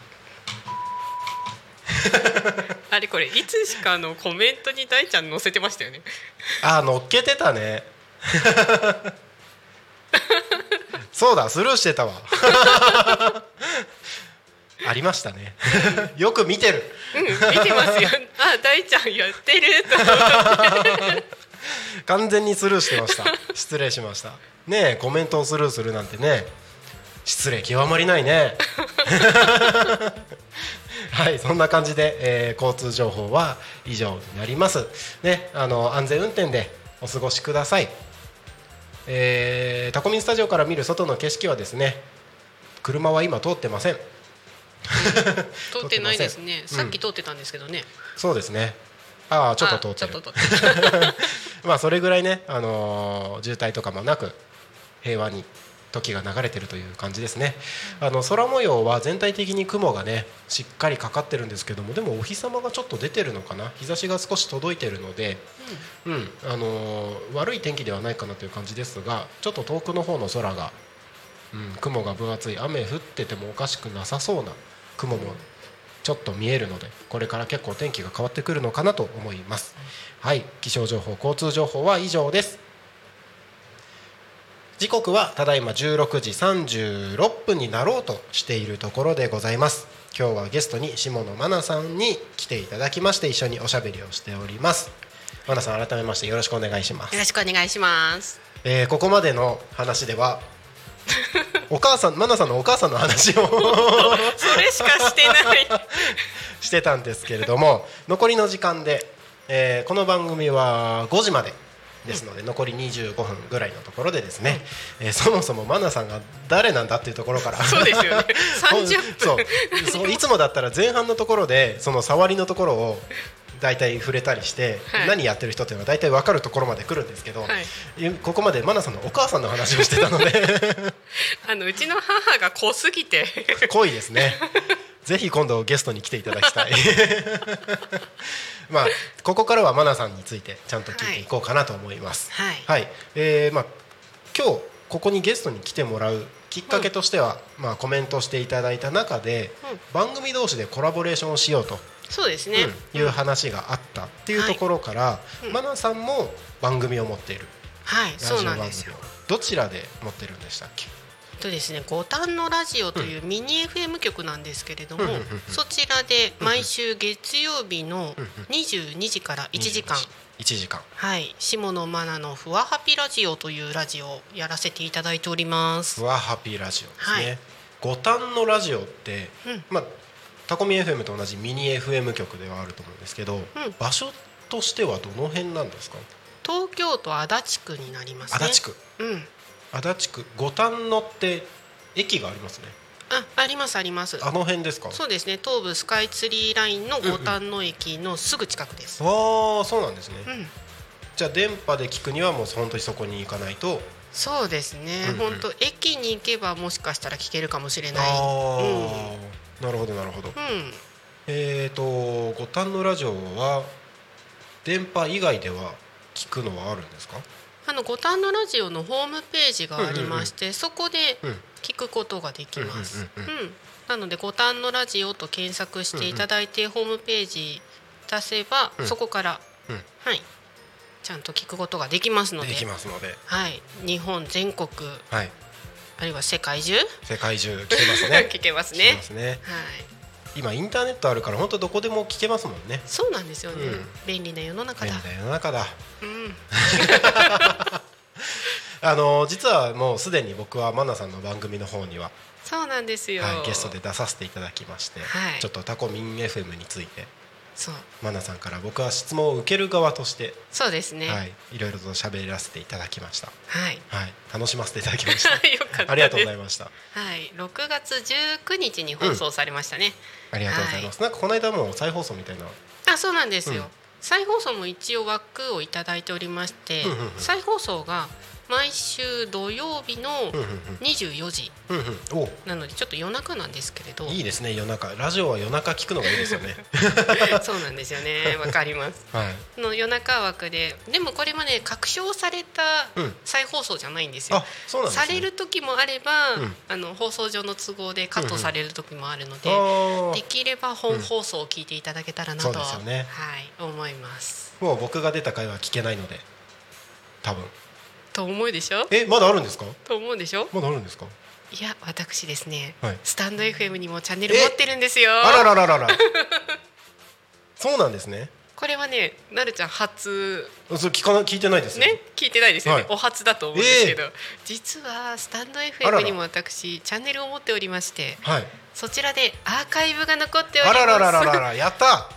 あれこれいつしかのコメントに大ちゃん載せてましたよね。 あ載っけてたねそうだスルーしてたわありましたねよく見てる、 うん、見てますよあ大ちゃんやってると思って完全にスルーしてました失礼しましたねえコメントをスルーするなんてね失礼極まりないねはい、そんな感じで、えー、交通情報は以上になります、ね、あの安全運転でお過ごしください。えー、タコミンスタジオから見る外の景色はですね、車は今通ってません、うん、 通ってないですね、さっき通ってたんですけどね、 うん、そうですね、ああちょっと通ってるまあそれぐらいね、あのー、渋滞とかもなく平和に時が流れてるという感じですね。あの空模様は全体的に雲がねしっかりかかってるんですけども、でもお日様がちょっと出てるのかな、日差しが少し届いてるので、うん、うん、あのー、悪い天気ではないかなという感じですが、ちょっと遠くの方の空が、うん、雲が分厚い、雨降っててもおかしくなさそうな雲もちょっと見えるので、これから結構天気が変わってくるのかなと思います。はい、気象情報交通情報は以上です。時刻はただいまじゅうろくじさんじゅうろっぷんになろうとしているところでございます。今日はゲストに下野真奈さんに来ていただきまして、一緒におしゃべりをしております。真奈さん、改めましてよろしくお願いします。 よろしくお願いします。 えー、ここまでの話ではお母さん、真奈さんのお母さんの話をそれしかしてないしてたんですけれども、残りの時間で、えー、この番組はごじまでですので、残りにじゅうごふんぐらいのところでですね、えー、そもそもマナさんが誰なんだっていうところからそうですよね、さんじゅっぷんそうそういつもだったら前半のところでその触りのところを大体触れたりして、はい、何やってる人っていうのは大体分かるところまで来るんですけど、はい、ここまでマナさんのお母さんの話をしてたのであのうちの母が濃すぎて濃いですね。ぜひ今度ゲストに来ていただきたいまあここからはマナさんについてちゃんと聞いていこうかなと思います。はい、はい、えー、まあ今日ここにゲストに来てもらうきっかけとしては、うん、まあコメントしていただいた中で、うん、番組同士でコラボレーションをしようと、 そうですね、 うん、いう話があったっていうところから、はいうん、マナさんも番組を持っている、 はい、そうなんですよ。 どちらで持ってるんでしたっけ？ とですね、五反のラジオというミニ エフエム 局なんですけれども、そちらで毎週月曜日のにじゅうにじからいちじかん、 いちじかん、 はい、下野真奈のふわハピラジオというラジオをやらせていただいております。 ふわハピラジオですね。五反のラジオって、うん、まあタコミ エフエム と同じミニ エフエム 局ではあると思うんですけど、うん、場所としてはどの辺なんですか？ 東京都足立区になりますね。 足立区、うん、足立区五反野って駅がありますね。 あ、ありますあります。 あの辺ですか？ そうですね、東武スカイツリーラインの五反野駅のすぐ近くです。 うんうん、ああ、そうなんですね、うん、じゃあ電波で聞くにはもう本当にそこに行かないと。 そうですね、うんうん、本当駅に行けばもしかしたら聞けるかもしれない。 あ、うん、なるほどなるほど、うん、えーと五反野ラジオは電波以外では聞くのはあるんですか？ あの五反野ラジオのホームページがありまして、うんうんうん、そこで聞くことができます。なので五反野ラジオと検索していただいて、うんうん、ホームページ出せば、うん、そこから、うん、はい、ちゃんと聞くことができますので、 できますので、 はい、日本全国、はい、あるいは世界中世界中聞けますね聞けますね。 聞けますね、はい、今インターネットあるから本当どこでも聞けますもんね。 そうなんですよね、うん、便利な世の中だ。 便利な世の中だ、 うん、 あの実はもうすでに僕はマナさんの番組の方にはそうなんですよ、 はい、ゲストで出させていただきまして、はい、ちょっとタコミン エフエム について、そうマナさんから僕は質問を受ける側として、 そうですね、 はい、いろいろと喋らせていただきました。 はい、 はい、楽しませていただきましたよかったです。 ありがとうございました。 はい、ろくがつじゅうくにちに放送されましたね、 うん、ありがとうございます、はい、なんかこの間も再放送みたいな。 あ、そうなんですよ、うん、再放送も一応枠をいただいておりまして、うんうんうん、再放送が毎週土曜日のにじゅうよじ、うんうんうん、なのでちょっと夜中なんですけれど。 いいですね、夜中。ラジオは夜中聞くのがいいですよねそうなんですよね、わかります、はい、の夜中枠で。でもこれはね、確証された再放送じゃないんですよ、うん、あ、そうなんですね。される時もあれば、うん、あの放送上の都合でカットされる時もあるので、うんうん、できれば本放送を聞いていただけたらなと、うん、そうですよね、はい、思います。 もう僕が出た回は聞けないので多分と思うでしょ。 え、まだあるんですか？ と思うでしょ。 まだあるんですか？ いや、私ですね、はい、スタンド エフエム にもチャンネル持ってるんですよ。 あらららららそうなんですね。 これはね、なるちゃん初それ聞かな聞いてないですよね、聞いてないですよね、 はい、 お初だと思うんですけど、 えー、 実はスタンド エフエム にも私チャンネルを持っておりまして、 はい、 そちらでアーカイブが残っております。 あららららら、やったや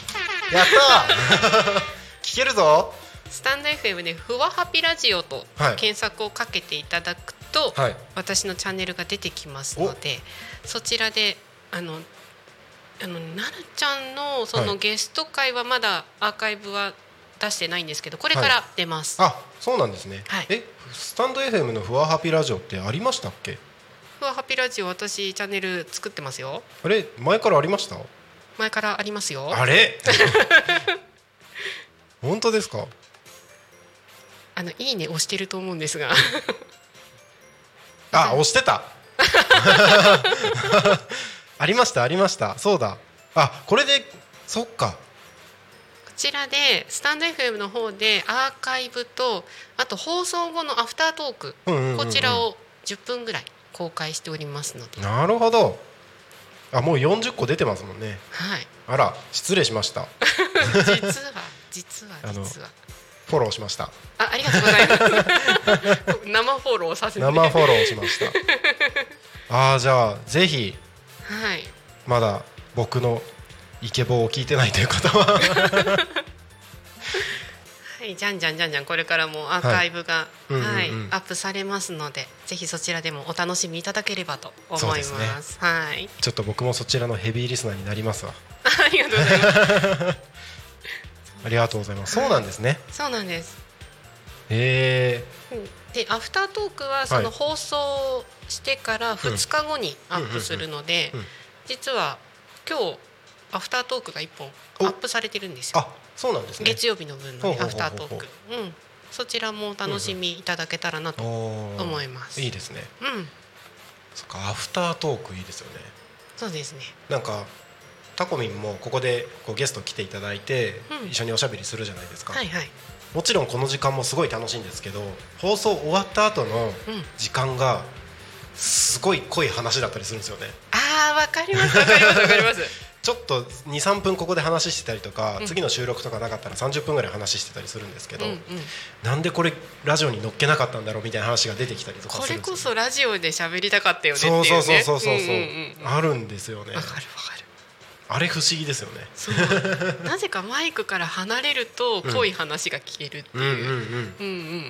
った聞けるぞ。 スタンド エフエム でふわハピラジオと検索をかけていただくと、はい、私のチャンネルが出てきますので、そちらであのあのなるちゃんのそのゲスト会はまだアーカイブは出してないんですけど、これから出ます、 はい、あ、そうなんですね、はい、えスタンド エフエム のふわハピラジオってありましたっけ？ ふわハピラジオ、私チャンネル作ってますよ。 あれ前からありました？ 前からありますよ。 あれ本当ですか？ あのいいね押してると思うんですがあ、押してたありましたありました、そうだ、あ、これでそっか。こちらでスタンド エフエム の方でアーカイブと、あと放送後のアフタートーク、うんうんうんうん、こちらをじゅっぷんぐらい公開しておりますので。 なるほど。あ、もうよんじゅっこ出てますもんね。 はい。 あら、失礼しました実は実は実はフォローしました。 あ、ありがとうございます生フォローさせて生フォローしましたあー、じゃあぜひ、 はい、まだ僕のイケボを聞いてないという方ははい、じゃんじゃんじゃんじゃんこれからもアーカイブが、はい、はいうんうんうん、アップされますので、ぜひそちらでもお楽しみいただければと思います。そうですね、はい、 ちょっと僕もそちらのヘビーリスナーになりますわありがとうございますありがとうございます。そうなんですね。 そうなんです。 へー。でアフタートークはその放送してからふつかごにアップするので、実は今日アフタートークがいっぽんアップされてるんですよ。 あ、そうなんですね。 月曜日の分のアフタートーク、うん、そちらもお楽しみいただけたらなと思います。 いいですね。 うん。 そっか、アフタートークいいですよね。 そうですね。 なんかタコミンもここでこうゲスト来ていただいて、うん、一緒におしゃべりするじゃないですか、 はいはい、 もちろんこの時間もすごい楽しいんですけど、放送終わった後の時間がすごい濃い話だったりするんですよね。 あー、わかりますわかりますわかりますちょっと にさんぷんここで話してたりとか、うん、次の収録とかなかったらさんじゅっぷんぐらい話してたりするんですけど、うんうん、なんでこれラジオに乗っけなかったんだろうみたいな話が出てきたりとかするんですよ。 これこそラジオで喋りたかったよねっていうね。 そうそうそうそうそう、うんうんうん、あるんですよね。 わかるわかる。 あれ不思議ですよね。 そうなぜかマイクから離れると濃い話が聞けるっていう、うんうんうんうん、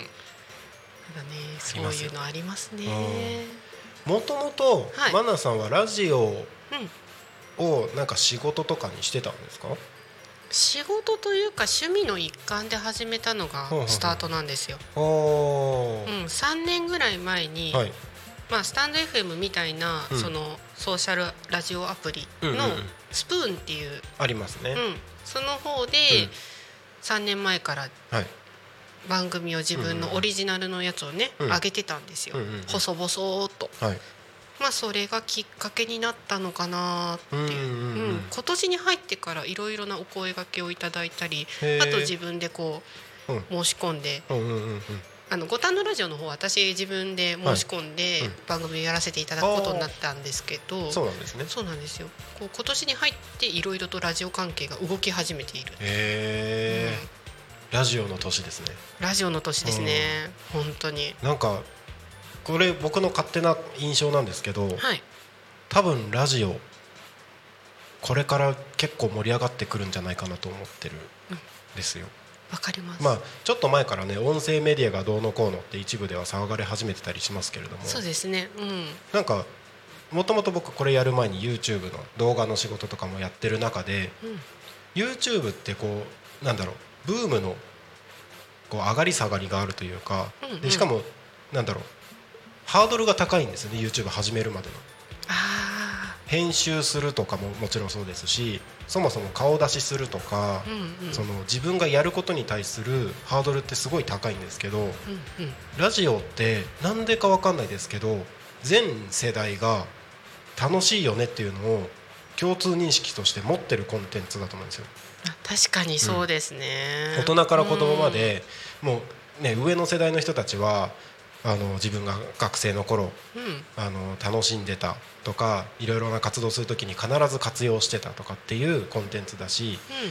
ただね、そういうのありますね。 もともとマナさんはラジオをなんか仕事とかにしてたんですか？ 仕事というか趣味の一環で始めたのがスタートなんですよ。 うん、 さんねんぐらい前に、はい、まあ、スタンド エフエム みたいな、うん、そのソーシャルラジオアプリのスプーンっていう、うんうんうん、 ありますね、 うん、その方でさんねんまえから番組を自分のオリジナルのやつをね、うんうん、上げてたんですよ、うんうんうん、細々と、はい、まあ、それがきっかけになったのかなっていう、うんうんうんうん、今年に入ってからいろいろなお声掛けをいただいたり、あと自分でこう、うん、申し込んで、うんうんうんうん、あの五反のラジオの方は私自分で申し込んで番組をやらせていただくことになったんですけど、 はい、そうなんですね。 そうなんですよ。こう今年に入っていろいろとラジオ関係が動き始めている。 へー、うん、ラジオの年ですね。 ラジオの年ですね、うん、本当に。 なんかこれ僕の勝手な印象なんですけど、 はい、 多分ラジオこれから結構盛り上がってくるんじゃないかなと思ってるんですよ。 わかります。 まあ、ちょっと前からね、音声メディアがどうのこうのって一部では騒がれ始めてたりしますけれども、 そうですね、うん、 なんかもともと僕これやる前に YouTube の動画の仕事とかもやってる中で、うん、YouTube ってこうなんだろう、ブームのこう上がり下がりがあるというか、うんうん、でしかもなんだろう、ハードルが高いんですよね、 YouTube 始めるまでの。 あ、 編集するとかももちろんそうですし、そもそも顔出しするとか、うんうん、その自分がやることに対するハードルってすごい高いんですけど、うんうん、ラジオってなんでか分かんないですけど全世代が楽しいよねっていうのを共通認識として持ってるコンテンツだと思うんですよ。 確かにそうですね、 うん、大人から子供まで、うん、もうね、上の世代の人たちはあの自分が学生の頃、うん、あの楽しんでたとか、いろいろな活動するときに必ず活用してたとかっていうコンテンツだし、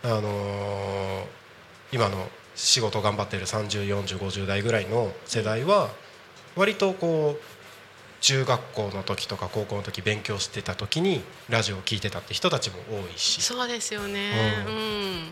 あのー、今の仕事頑張ってるさんじゅう、よんじゅう、ごじゅう代ぐらいの世代は割とこう中学校の時とか高校の時勉強してた時にラジオを聞いてたって人たちも多いし、 そうですよね、うん、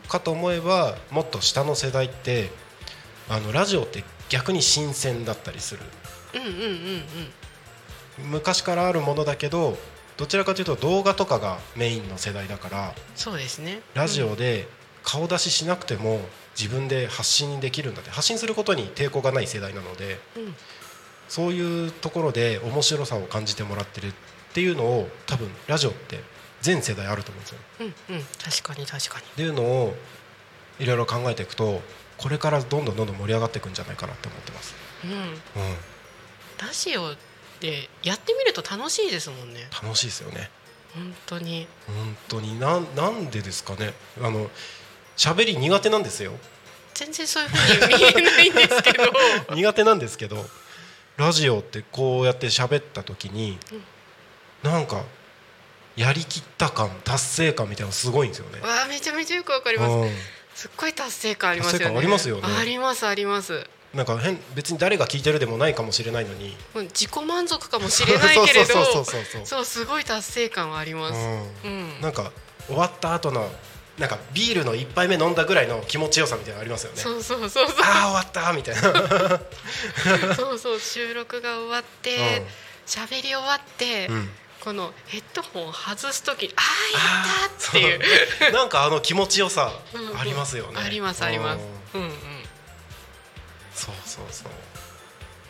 かと思えばもっと下の世代ってあのラジオって逆に新鮮だったりする、 うんうんうんうん、昔からあるものだけどどちらかというと動画とかがメインの世代だから、 そうですね、 ラジオで顔出ししなくても自分で発信できるんだって、発信することに抵抗がない世代なので、うん、そういうところで面白さを感じてもらってるっていうのを多分ラジオって全世代あると思うんですよ、 うんうん、確かに確かにっていうのをいろいろ考えていくとこれからどんどんどんどん盛り上がっていくんじゃないかなって思ってます、 うんうん、 ラジオでやってみると楽しいですもんね。 楽しいですよね本当に本当にな、なんでですかね。あの喋り苦手なんですよ。 全然そういう風に見えないんですけど苦手なんですけどラジオってこうやって喋った時に、うん、なんかやりきった感達成感みたいなのすごいんですよね。 わあめちゃめちゃよくわかります、うん、すっごい達成感ありますよね。 達成感ありますよね。 ありますあります。 なんか変別に誰が聞いてるでもないかもしれないのに自己満足かもしれないけれどそうすごい達成感はあります、うんうん、 なんか終わった後のなんかビールの一杯目飲んだぐらいの気持ちよさみたいなのありますよね。 そうそうそうそう、 ああ終わったみたいなそうそう収録が終わって喋、うん、り終わって、うん、このヘッドホン外す時ああやったっていうなんかあの気持ちよさありますよね。 ありますあります、うんうん、 そうそうそう、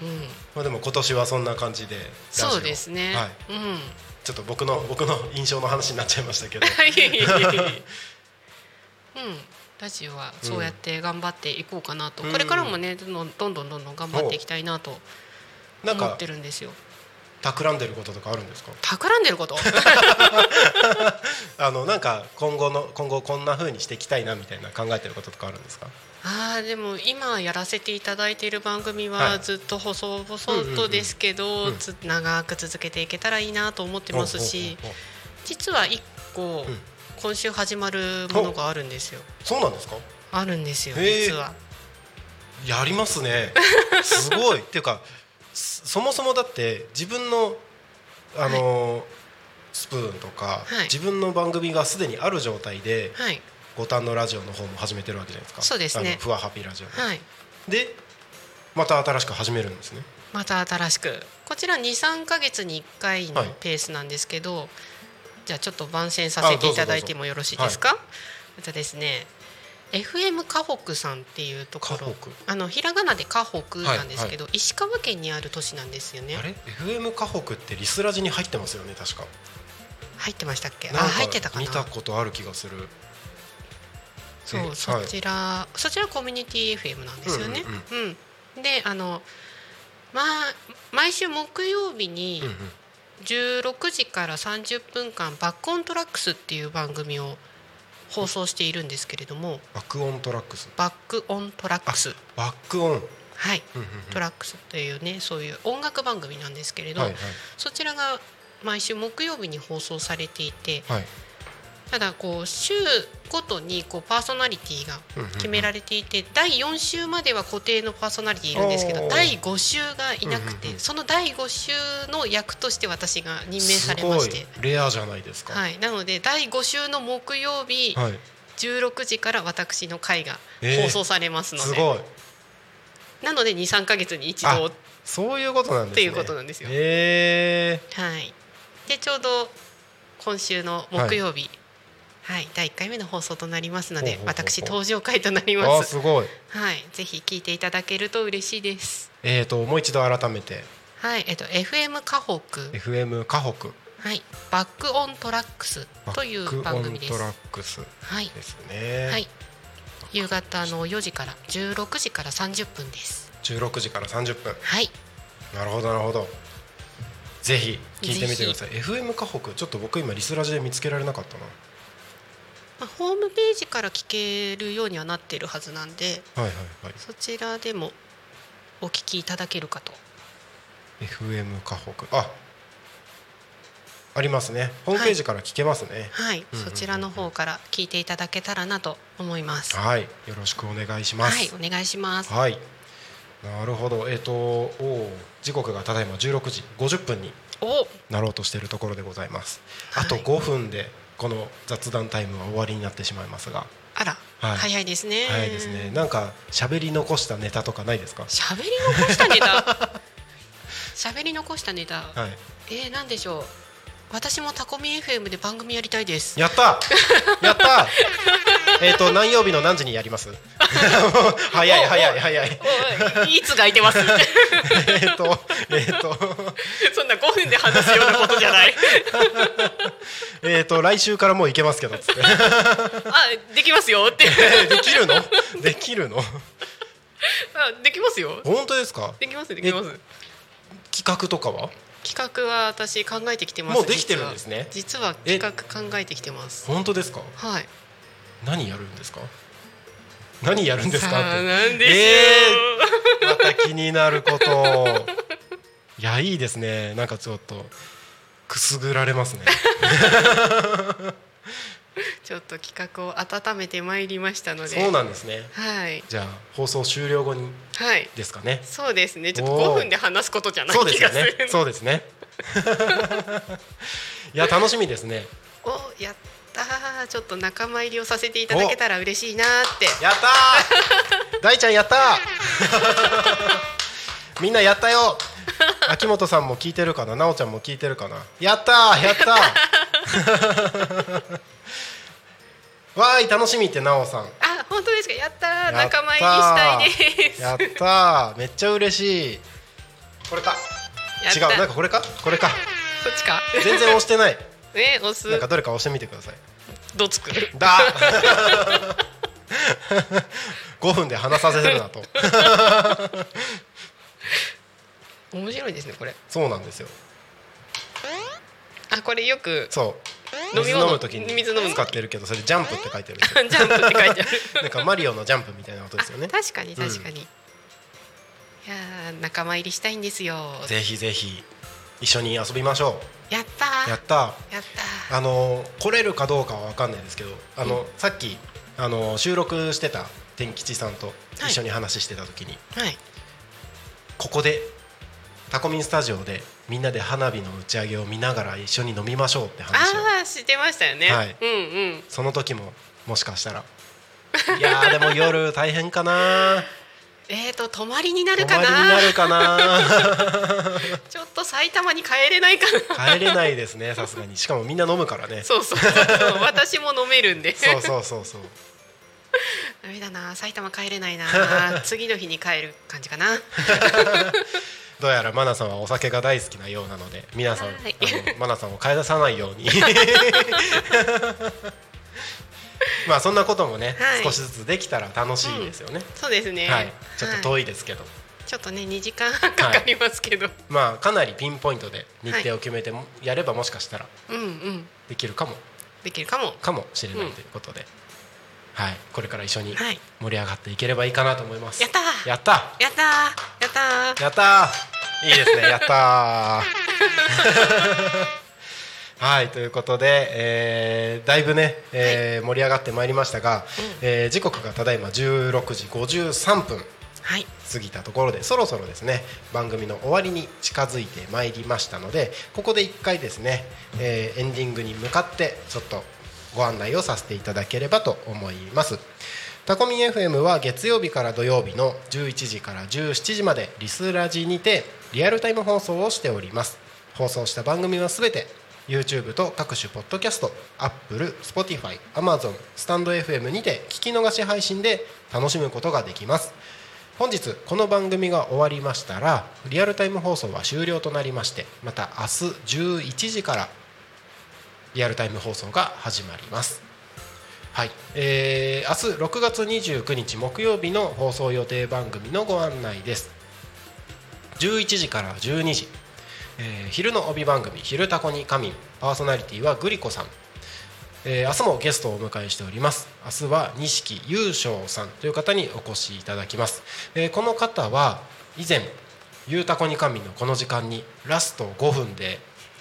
うんまあ、でも今年はそんな感じでそうですね、はいうん、 ちょっと僕の僕の印象の話になっちゃいましたけどうん、ラジオはそうやって頑張っていこうかなと、うん、これからもねどんどんどんどんどんどん頑張っていきたいなと思ってるんですよ。 企んでることとかあるんですか？ 企んでることあのなんか今後の今後こんな風にしていきたいなみたいな考えてることとかあるんですか？ あでも今やらせていただいている番組はずっと細々とですけど長く続けていけたらいいなと思ってますし、実はいっこ、うん今週始まるものがあるんですよ。 そうなんですか？ あるんですよ実は。 やりますねすごいっていうかそもそもだって自分のあの、はい、スプーンとか、はい、自分の番組がすでにある状態で、はい、五反のラジオの方も始めてるわけじゃないですか。 そうですね。 あのふわハピラジオ、 はい、 でまた新しく始めるんですね。 また新しくこちら にさんかげつにいっかいのペースなんですけど、はいじゃあちょっと番宣させていただいてもよろしいですか？はい、じゃあですね エフエム 河北さんっていうところあのひらがなで河北なんですけど、はいはい、石川県にある都市なんですよね。 あれ エフエム 河北ってリスラジに入ってますよね確か。 入ってましたっけ？ あ入ってたかな。見たことある気がする。 そう、はい、そちらそちらコミュニティ エフエム なんですよね。うん、うんうん、であのまあ毎週木曜日に、うんうんじゅうろくじからさんじゅっぷんかんバックオントラックスっていう番組を放送しているんですけれども、 バックオントラックスバックオントラックスバックオンはい、うんうんうん、トラックスっていうねそういう音楽番組なんですけれど、はいはい、そちらが毎週木曜日に放送されていて、はい、ただこう週ごとにこうパーソナリティが決められていて、うんうんうん、だいよん週までは固定のパーソナリティいるんですけどだいご週がいなくて、うんうんうん、そのだいご週の役として私が任命されまして、 すごいレアじゃないですか。 はい、なのでだいご週の木曜日、はい、じゅうろくじから私の回が放送されますので、えー、すごいなので にさんかげつに一度そういうことなんですね。 っていうことなんですよ。 へー、 はい、でちょうど今週の木曜日、はいはい、だいいっかいめの放送となりますので、ほうほうほうほう私登場回となります。 あすごい、 はい、ぜひ聞いていただけると嬉しいです。 えーともう一度改めて、 はいえーと エフエム 河北エフエム 河北はい、バックオントラックスという番組です。 バックオントラックスですね。 はい、はい、夕方のよじからじゅうろくじからさんじゅっぷんです。 じゅうろくじからさんじゅっぷん。 はい。 なるほどなるほど。ぜひ聞いてみてください。エフエム 河北ちょっと僕今リスラジで見つけられなかったな。 まあ、ホームページから聞けるようにはなっているはずなんで、 はいはいはい、 そちらでもお聞きいただけるかと。 エフエム 河北あありますね。ホームページから聞けますね。 はい、はい、そちらの方から聞いていただけたらなと思います。 はい、よろしくお願いします。 はい、お願いします。 はい、なるほど。えっ、ー、とお時刻がただいまじゅうろくじごじゅっぷんになろうとしているところでございます。あとごふんでこの雑談タイムは終わりになってしまいますが、 あら、はい、早いですね。 早いですね。なんか喋り残したネタとかないですか？ 喋り残したネタ喋り残したネタ、 はい、 えー、なんでしょう。私もタコミ エフエム で番組やりたいです。 やったやったえっと何曜日の何時にやります？早い早い早いいつが空いてます？ えっとえっとそんなごふんで話すようなことじゃないえっと来週からもう行けますけどつってあ、できますよってできるのできるのあ、 できますよ。 本当ですか？ できますできます。 企画とかは？ 企画は私考えてきてます。 もうできてるんですね。 実は企画考えてきてます。 本当ですか？ はい。 何やるんですか？何やるんですかって。 なんでしょう、 えー、また気になることいや、いいですね。なんかちょっとくすぐられますねちょっと企画を温めてまいりましたので。 そうなんですね。 はい。 じゃあ放送終了後にですかね。はい、 そうですね。ちょっとごふんで話すことじゃない気がする。 そうですね。そうですねいや、楽しみですね。 お、やったー。ちょっと仲間入りをさせていただけたら嬉しいなーって。 やったー大ちゃんやったーみんなやったよ。秋元さんも聞いてるかな、なおちゃんも聞いてるかな。やったーやったーわーい、楽しみってなおさん。 あ、本当ですか。やったー、仲間入りしたいです。 やったー、めっちゃ嬉しい。これか違う、なんかこれかこれかこっちか全然押してないえ、押す。なんかどれか押してみてください。 どつくだごふんで話させるなと面白いですねこれ。 そうなんですよ。 あ、これよくそう水飲むときに使ってるけど、それジャンプって書いてるジャンプって書いてあるなんかマリオのジャンプみたいなことですよね。 確かに確かに、うん、いや仲間入りしたいんですよ。 ぜひぜひ一緒に遊びましょう。やったーやったやった。あの来れるかどうかは分かんないですけど、あの、うん、さっきあの収録してた天吉さんと一緒に話してた時に、 はいはい、ここでタコミンスタジオでみんなで花火の打ち上げを見ながら一緒に飲みましょうって話を。 ああ、してましたよね。 はい、 うんうん、 その時ももしかしたらいやーでも夜大変かなえーと泊まりになるかな。 泊まりになるかなちょっと埼玉に帰れないかな。帰れないですね、さすがに。しかもみんな飲むからね。 そうそうそうそう私も飲めるんでそうそうそうそうダメだな、埼玉帰れないな次の日に帰る感じかなどうやらマナさんはお酒が大好きなようなので、皆さん、はい、あのマナさんを帰らさないようにまあそんなこともね、はい、少しずつできたら楽しいですよね、うん、 そうですね、 はい、ちょっと遠いですけど、はい、 ちょっとねにじかんはんかかりますけど、はい、 まあかなりピンポイントで日程を決めてもやればもしかしたらできるかも、 できるかもかもしれないということで、うん、はい、これから一緒に盛り上がっていければいいかなと思います。 やったーやったーやったーやったーやったーいいですねやったーはい、ということで、えー、だいぶね、えーはい、盛り上がってまいりましたが、うん、えー、時刻がただいまじゅうろくじごじゅうさんぷん過ぎたところで、そろそろですね番組の終わりに近づいてまいりましたので、ここで一回ですね、えー、エンディングに向かってちょっとご案内をさせていただければと思います。タコミン エフエム は月曜日から土曜日のじゅういちじからじゅうしちじまでリスラジにてリアルタイム放送をしております。放送した番組はすべて YouTube と各種ポッドキャスト、Apple、Spotify、Amazon、スタンド エフエム にて聞き逃し配信で楽しむことができます。本日この番組が終わりましたらリアルタイム放送は終了となりまして、また明日じゅういちじからリアルタイム放送が始まります。はい、えー、明日ろくがつにじゅうくにち木曜日の放送予定番組のご案内です。じゅういちじからじゅうにじ、えー、昼の帯番組昼タコに仮眠、パーソナリティはグリコさん、えー、明日もゲストをお迎えしております。明日は錦優勝さんという方にお越しいただきます。えー、この方は以前ゆうたこに仮眠のこの時間にラストごふんで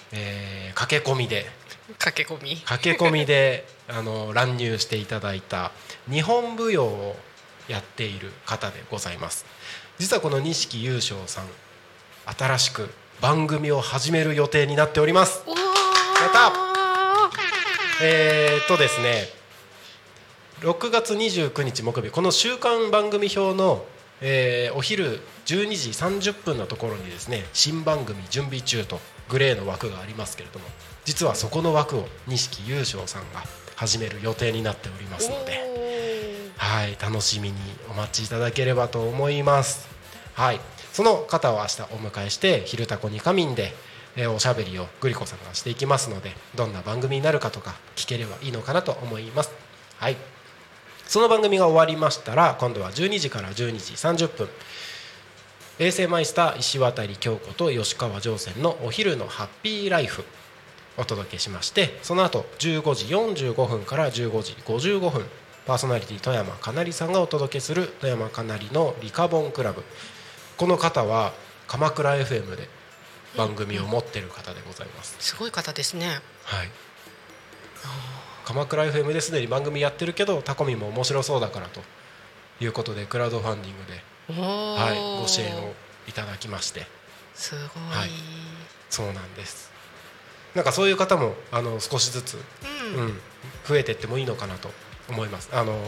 えー、駆け込みで駆け込み駆け込みであの乱入していただいた日本舞踊をやっている方でございます。実はこの錦優勝さん、新しく番組を始める予定になっております。 おー、 やったえーっとですねろくがつにじゅうくにち木曜日、この週刊番組表の、えー、お昼じゅうにじさんじゅっぷんのところにですね、新番組準備中とグレーの枠がありますけれども、実はそこの枠を錦優勝さんが始める予定になっておりますので、はい、楽しみにお待ちいただければと思います。はい、その方を明日お迎えして昼タコに仮眠で、えー、おしゃべりをグリコさんがしていきますので、どんな番組になるかとか聞ければいいのかなと思います。はい、その番組が終わりましたら、今度はじゅうにじからじゅうにじさんじゅっぷん、衛星マイスター石渡京子と吉川上泉のお昼のハッピーライフお届けしまして、その後じゅうごじよんじゅうごふんからじゅうごじごじゅうごふん、パーソナリティ富山かなりさんがお届けする富山かなりのリカボンクラブ。この方は鎌倉 エフエム で番組を持っている方でございます。 すごい方ですね。 はい、鎌倉 エフエム ですでに番組やってるけどタコミも面白そうだからということでクラウドファンディングで、はい、ご支援をいただきまして、 すごい、 はい、そうなんです。なんかそういう方もあの少しずつ、うんうん、増えていってもいいのかなと思います。あの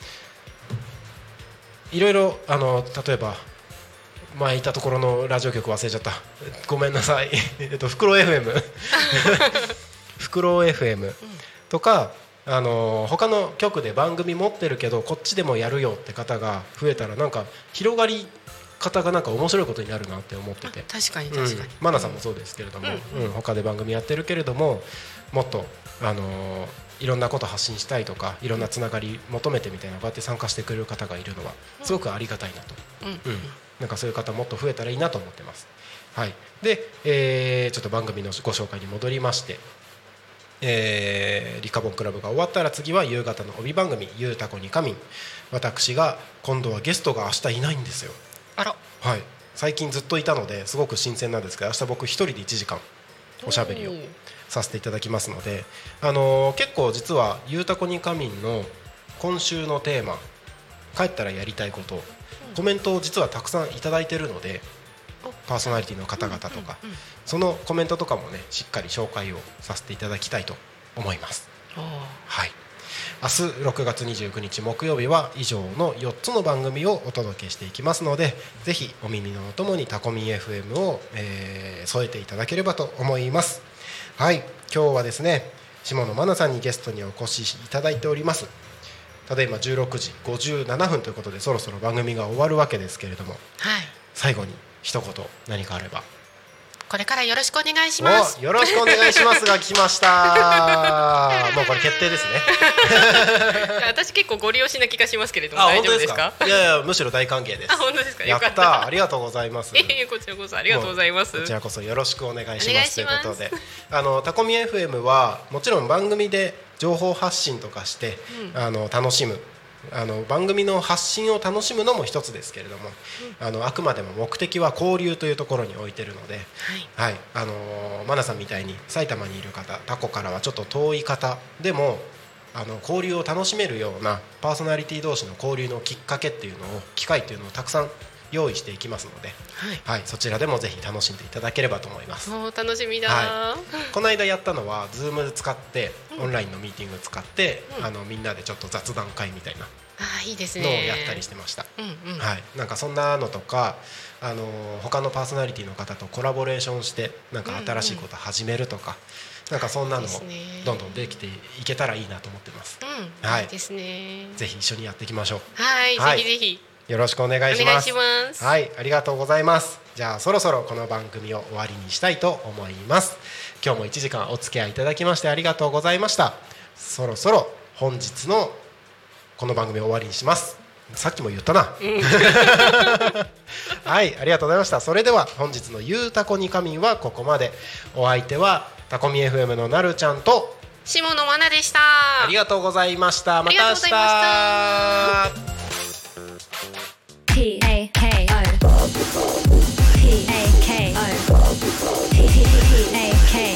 いろいろあの例えば前いたところのラジオ局忘れちゃった、ごめんなさいえっとフクロウ エフエム フクロウ エフエム とか、あの他の局で番組持ってるけどこっちでもやるよって方が増えたら、なんか広がり方がなんか面白いことになるなって思ってて、 確かに確かに、 マナさんもそうですけれども、うんうん、他で番組やってるけれどももっと、あのー、いろんなこと発信したいとかいろんなつながり求めてみたいな、こうやって参加してくれる方がいるのはすごくありがたいなと、うんうん、なんかそういう方もっと増えたらいいなと思ってます。はい、で、えー、ちょっと番組のご紹介に戻りまして、えー、リカボンクラブが終わったら次は夕方の帯番組ゆうたこに仮眠。私が今度はゲストが明日いないんですよ。 あら、 はい、最近ずっといたのですごく新鮮なんですけど、明日僕一人でいちじかんおしゃべりをさせていただきますので、あのー、結構実はゆうたこに仮眠の今週のテーマ、帰ったらやりたいこと、コメントを実はたくさんいただいているので、パーソナリティの方々とかそのコメントとかもねしっかり紹介をさせていただきたいと思います。はい、明日ろくがつにじゅうくにち木曜日は以上のよっつの番組をお届けしていきますので、ぜひお耳のお供にタコミ エフエム を、えー、添えていただければと思います。はい、今日はですね下野真奈さんにゲストにお越しいただいております。ただいまじゅうろくじごじゅうななふんということでそろそろ番組が終わるわけですけれども、 はい、 最後に一言何かあれば。 これからよろしくお願いします。 よろしくお願いしますが来ましたもうこれ決定ですね私結構ご利用しな気がしますけれども、 あ、 大丈夫ですか？ いやいやむしろ大歓迎です。 あ、本当ですか？ やった、 よかった。 ありがとうございますえー、こちらこそありがとうございます。 こちらこそよろしくお願いしますということで、あのタコミ エフエム はもちろん番組で情報発信とかして、うん、あの楽しむあの番組の発信を楽しむのも一つですけれども、うん、あのあくまでも目的は交流というところに置いてるので、はいはい、あのマナさんみたいに埼玉にいる方、タコからはちょっと遠い方でもあの交流を楽しめるようなパーソナリティ同士の交流のきっかけっていうのを機会っていうのをたくさん用意していきますので、はいはい、そちらでもぜひ楽しんでいただければと思います。 もう楽しみだ、 はい、この間やったのは Zoom 使ってオンラインのミーティング使って、うん、あのみんなでちょっと雑談会みたいなあいいですねのをやったりしてました。 うんうん、 はい、なんかそんなのとかあの他のパーソナリティの方とコラボレーションしてなんか新しいこと始めるとか、うんうん、なんかそんなのもどんどんできていけたらいいなと思ってます。 うん、はい、いいですね。 ぜひ一緒にやっていきましょう。 はい、はい、ぜひぜひよろしくお願いします。 お願いします。 はい、ありがとうございます。じゃあそろそろこの番組を終わりにしたいと思います。今日もいちじかんお付き合いいただきましてありがとうございました。そろそろ本日のこの番組を終わりにします。さっきも言ったな、うん、はい、ありがとうございました。それでは本日のゆうたこに仮眠はここまで。お相手はタコミ エフエム のなるちゃんと下野真奈でした。 ありがとうございました。また明日。P A K O P A K O P A K O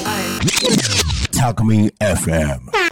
タコミ エフエム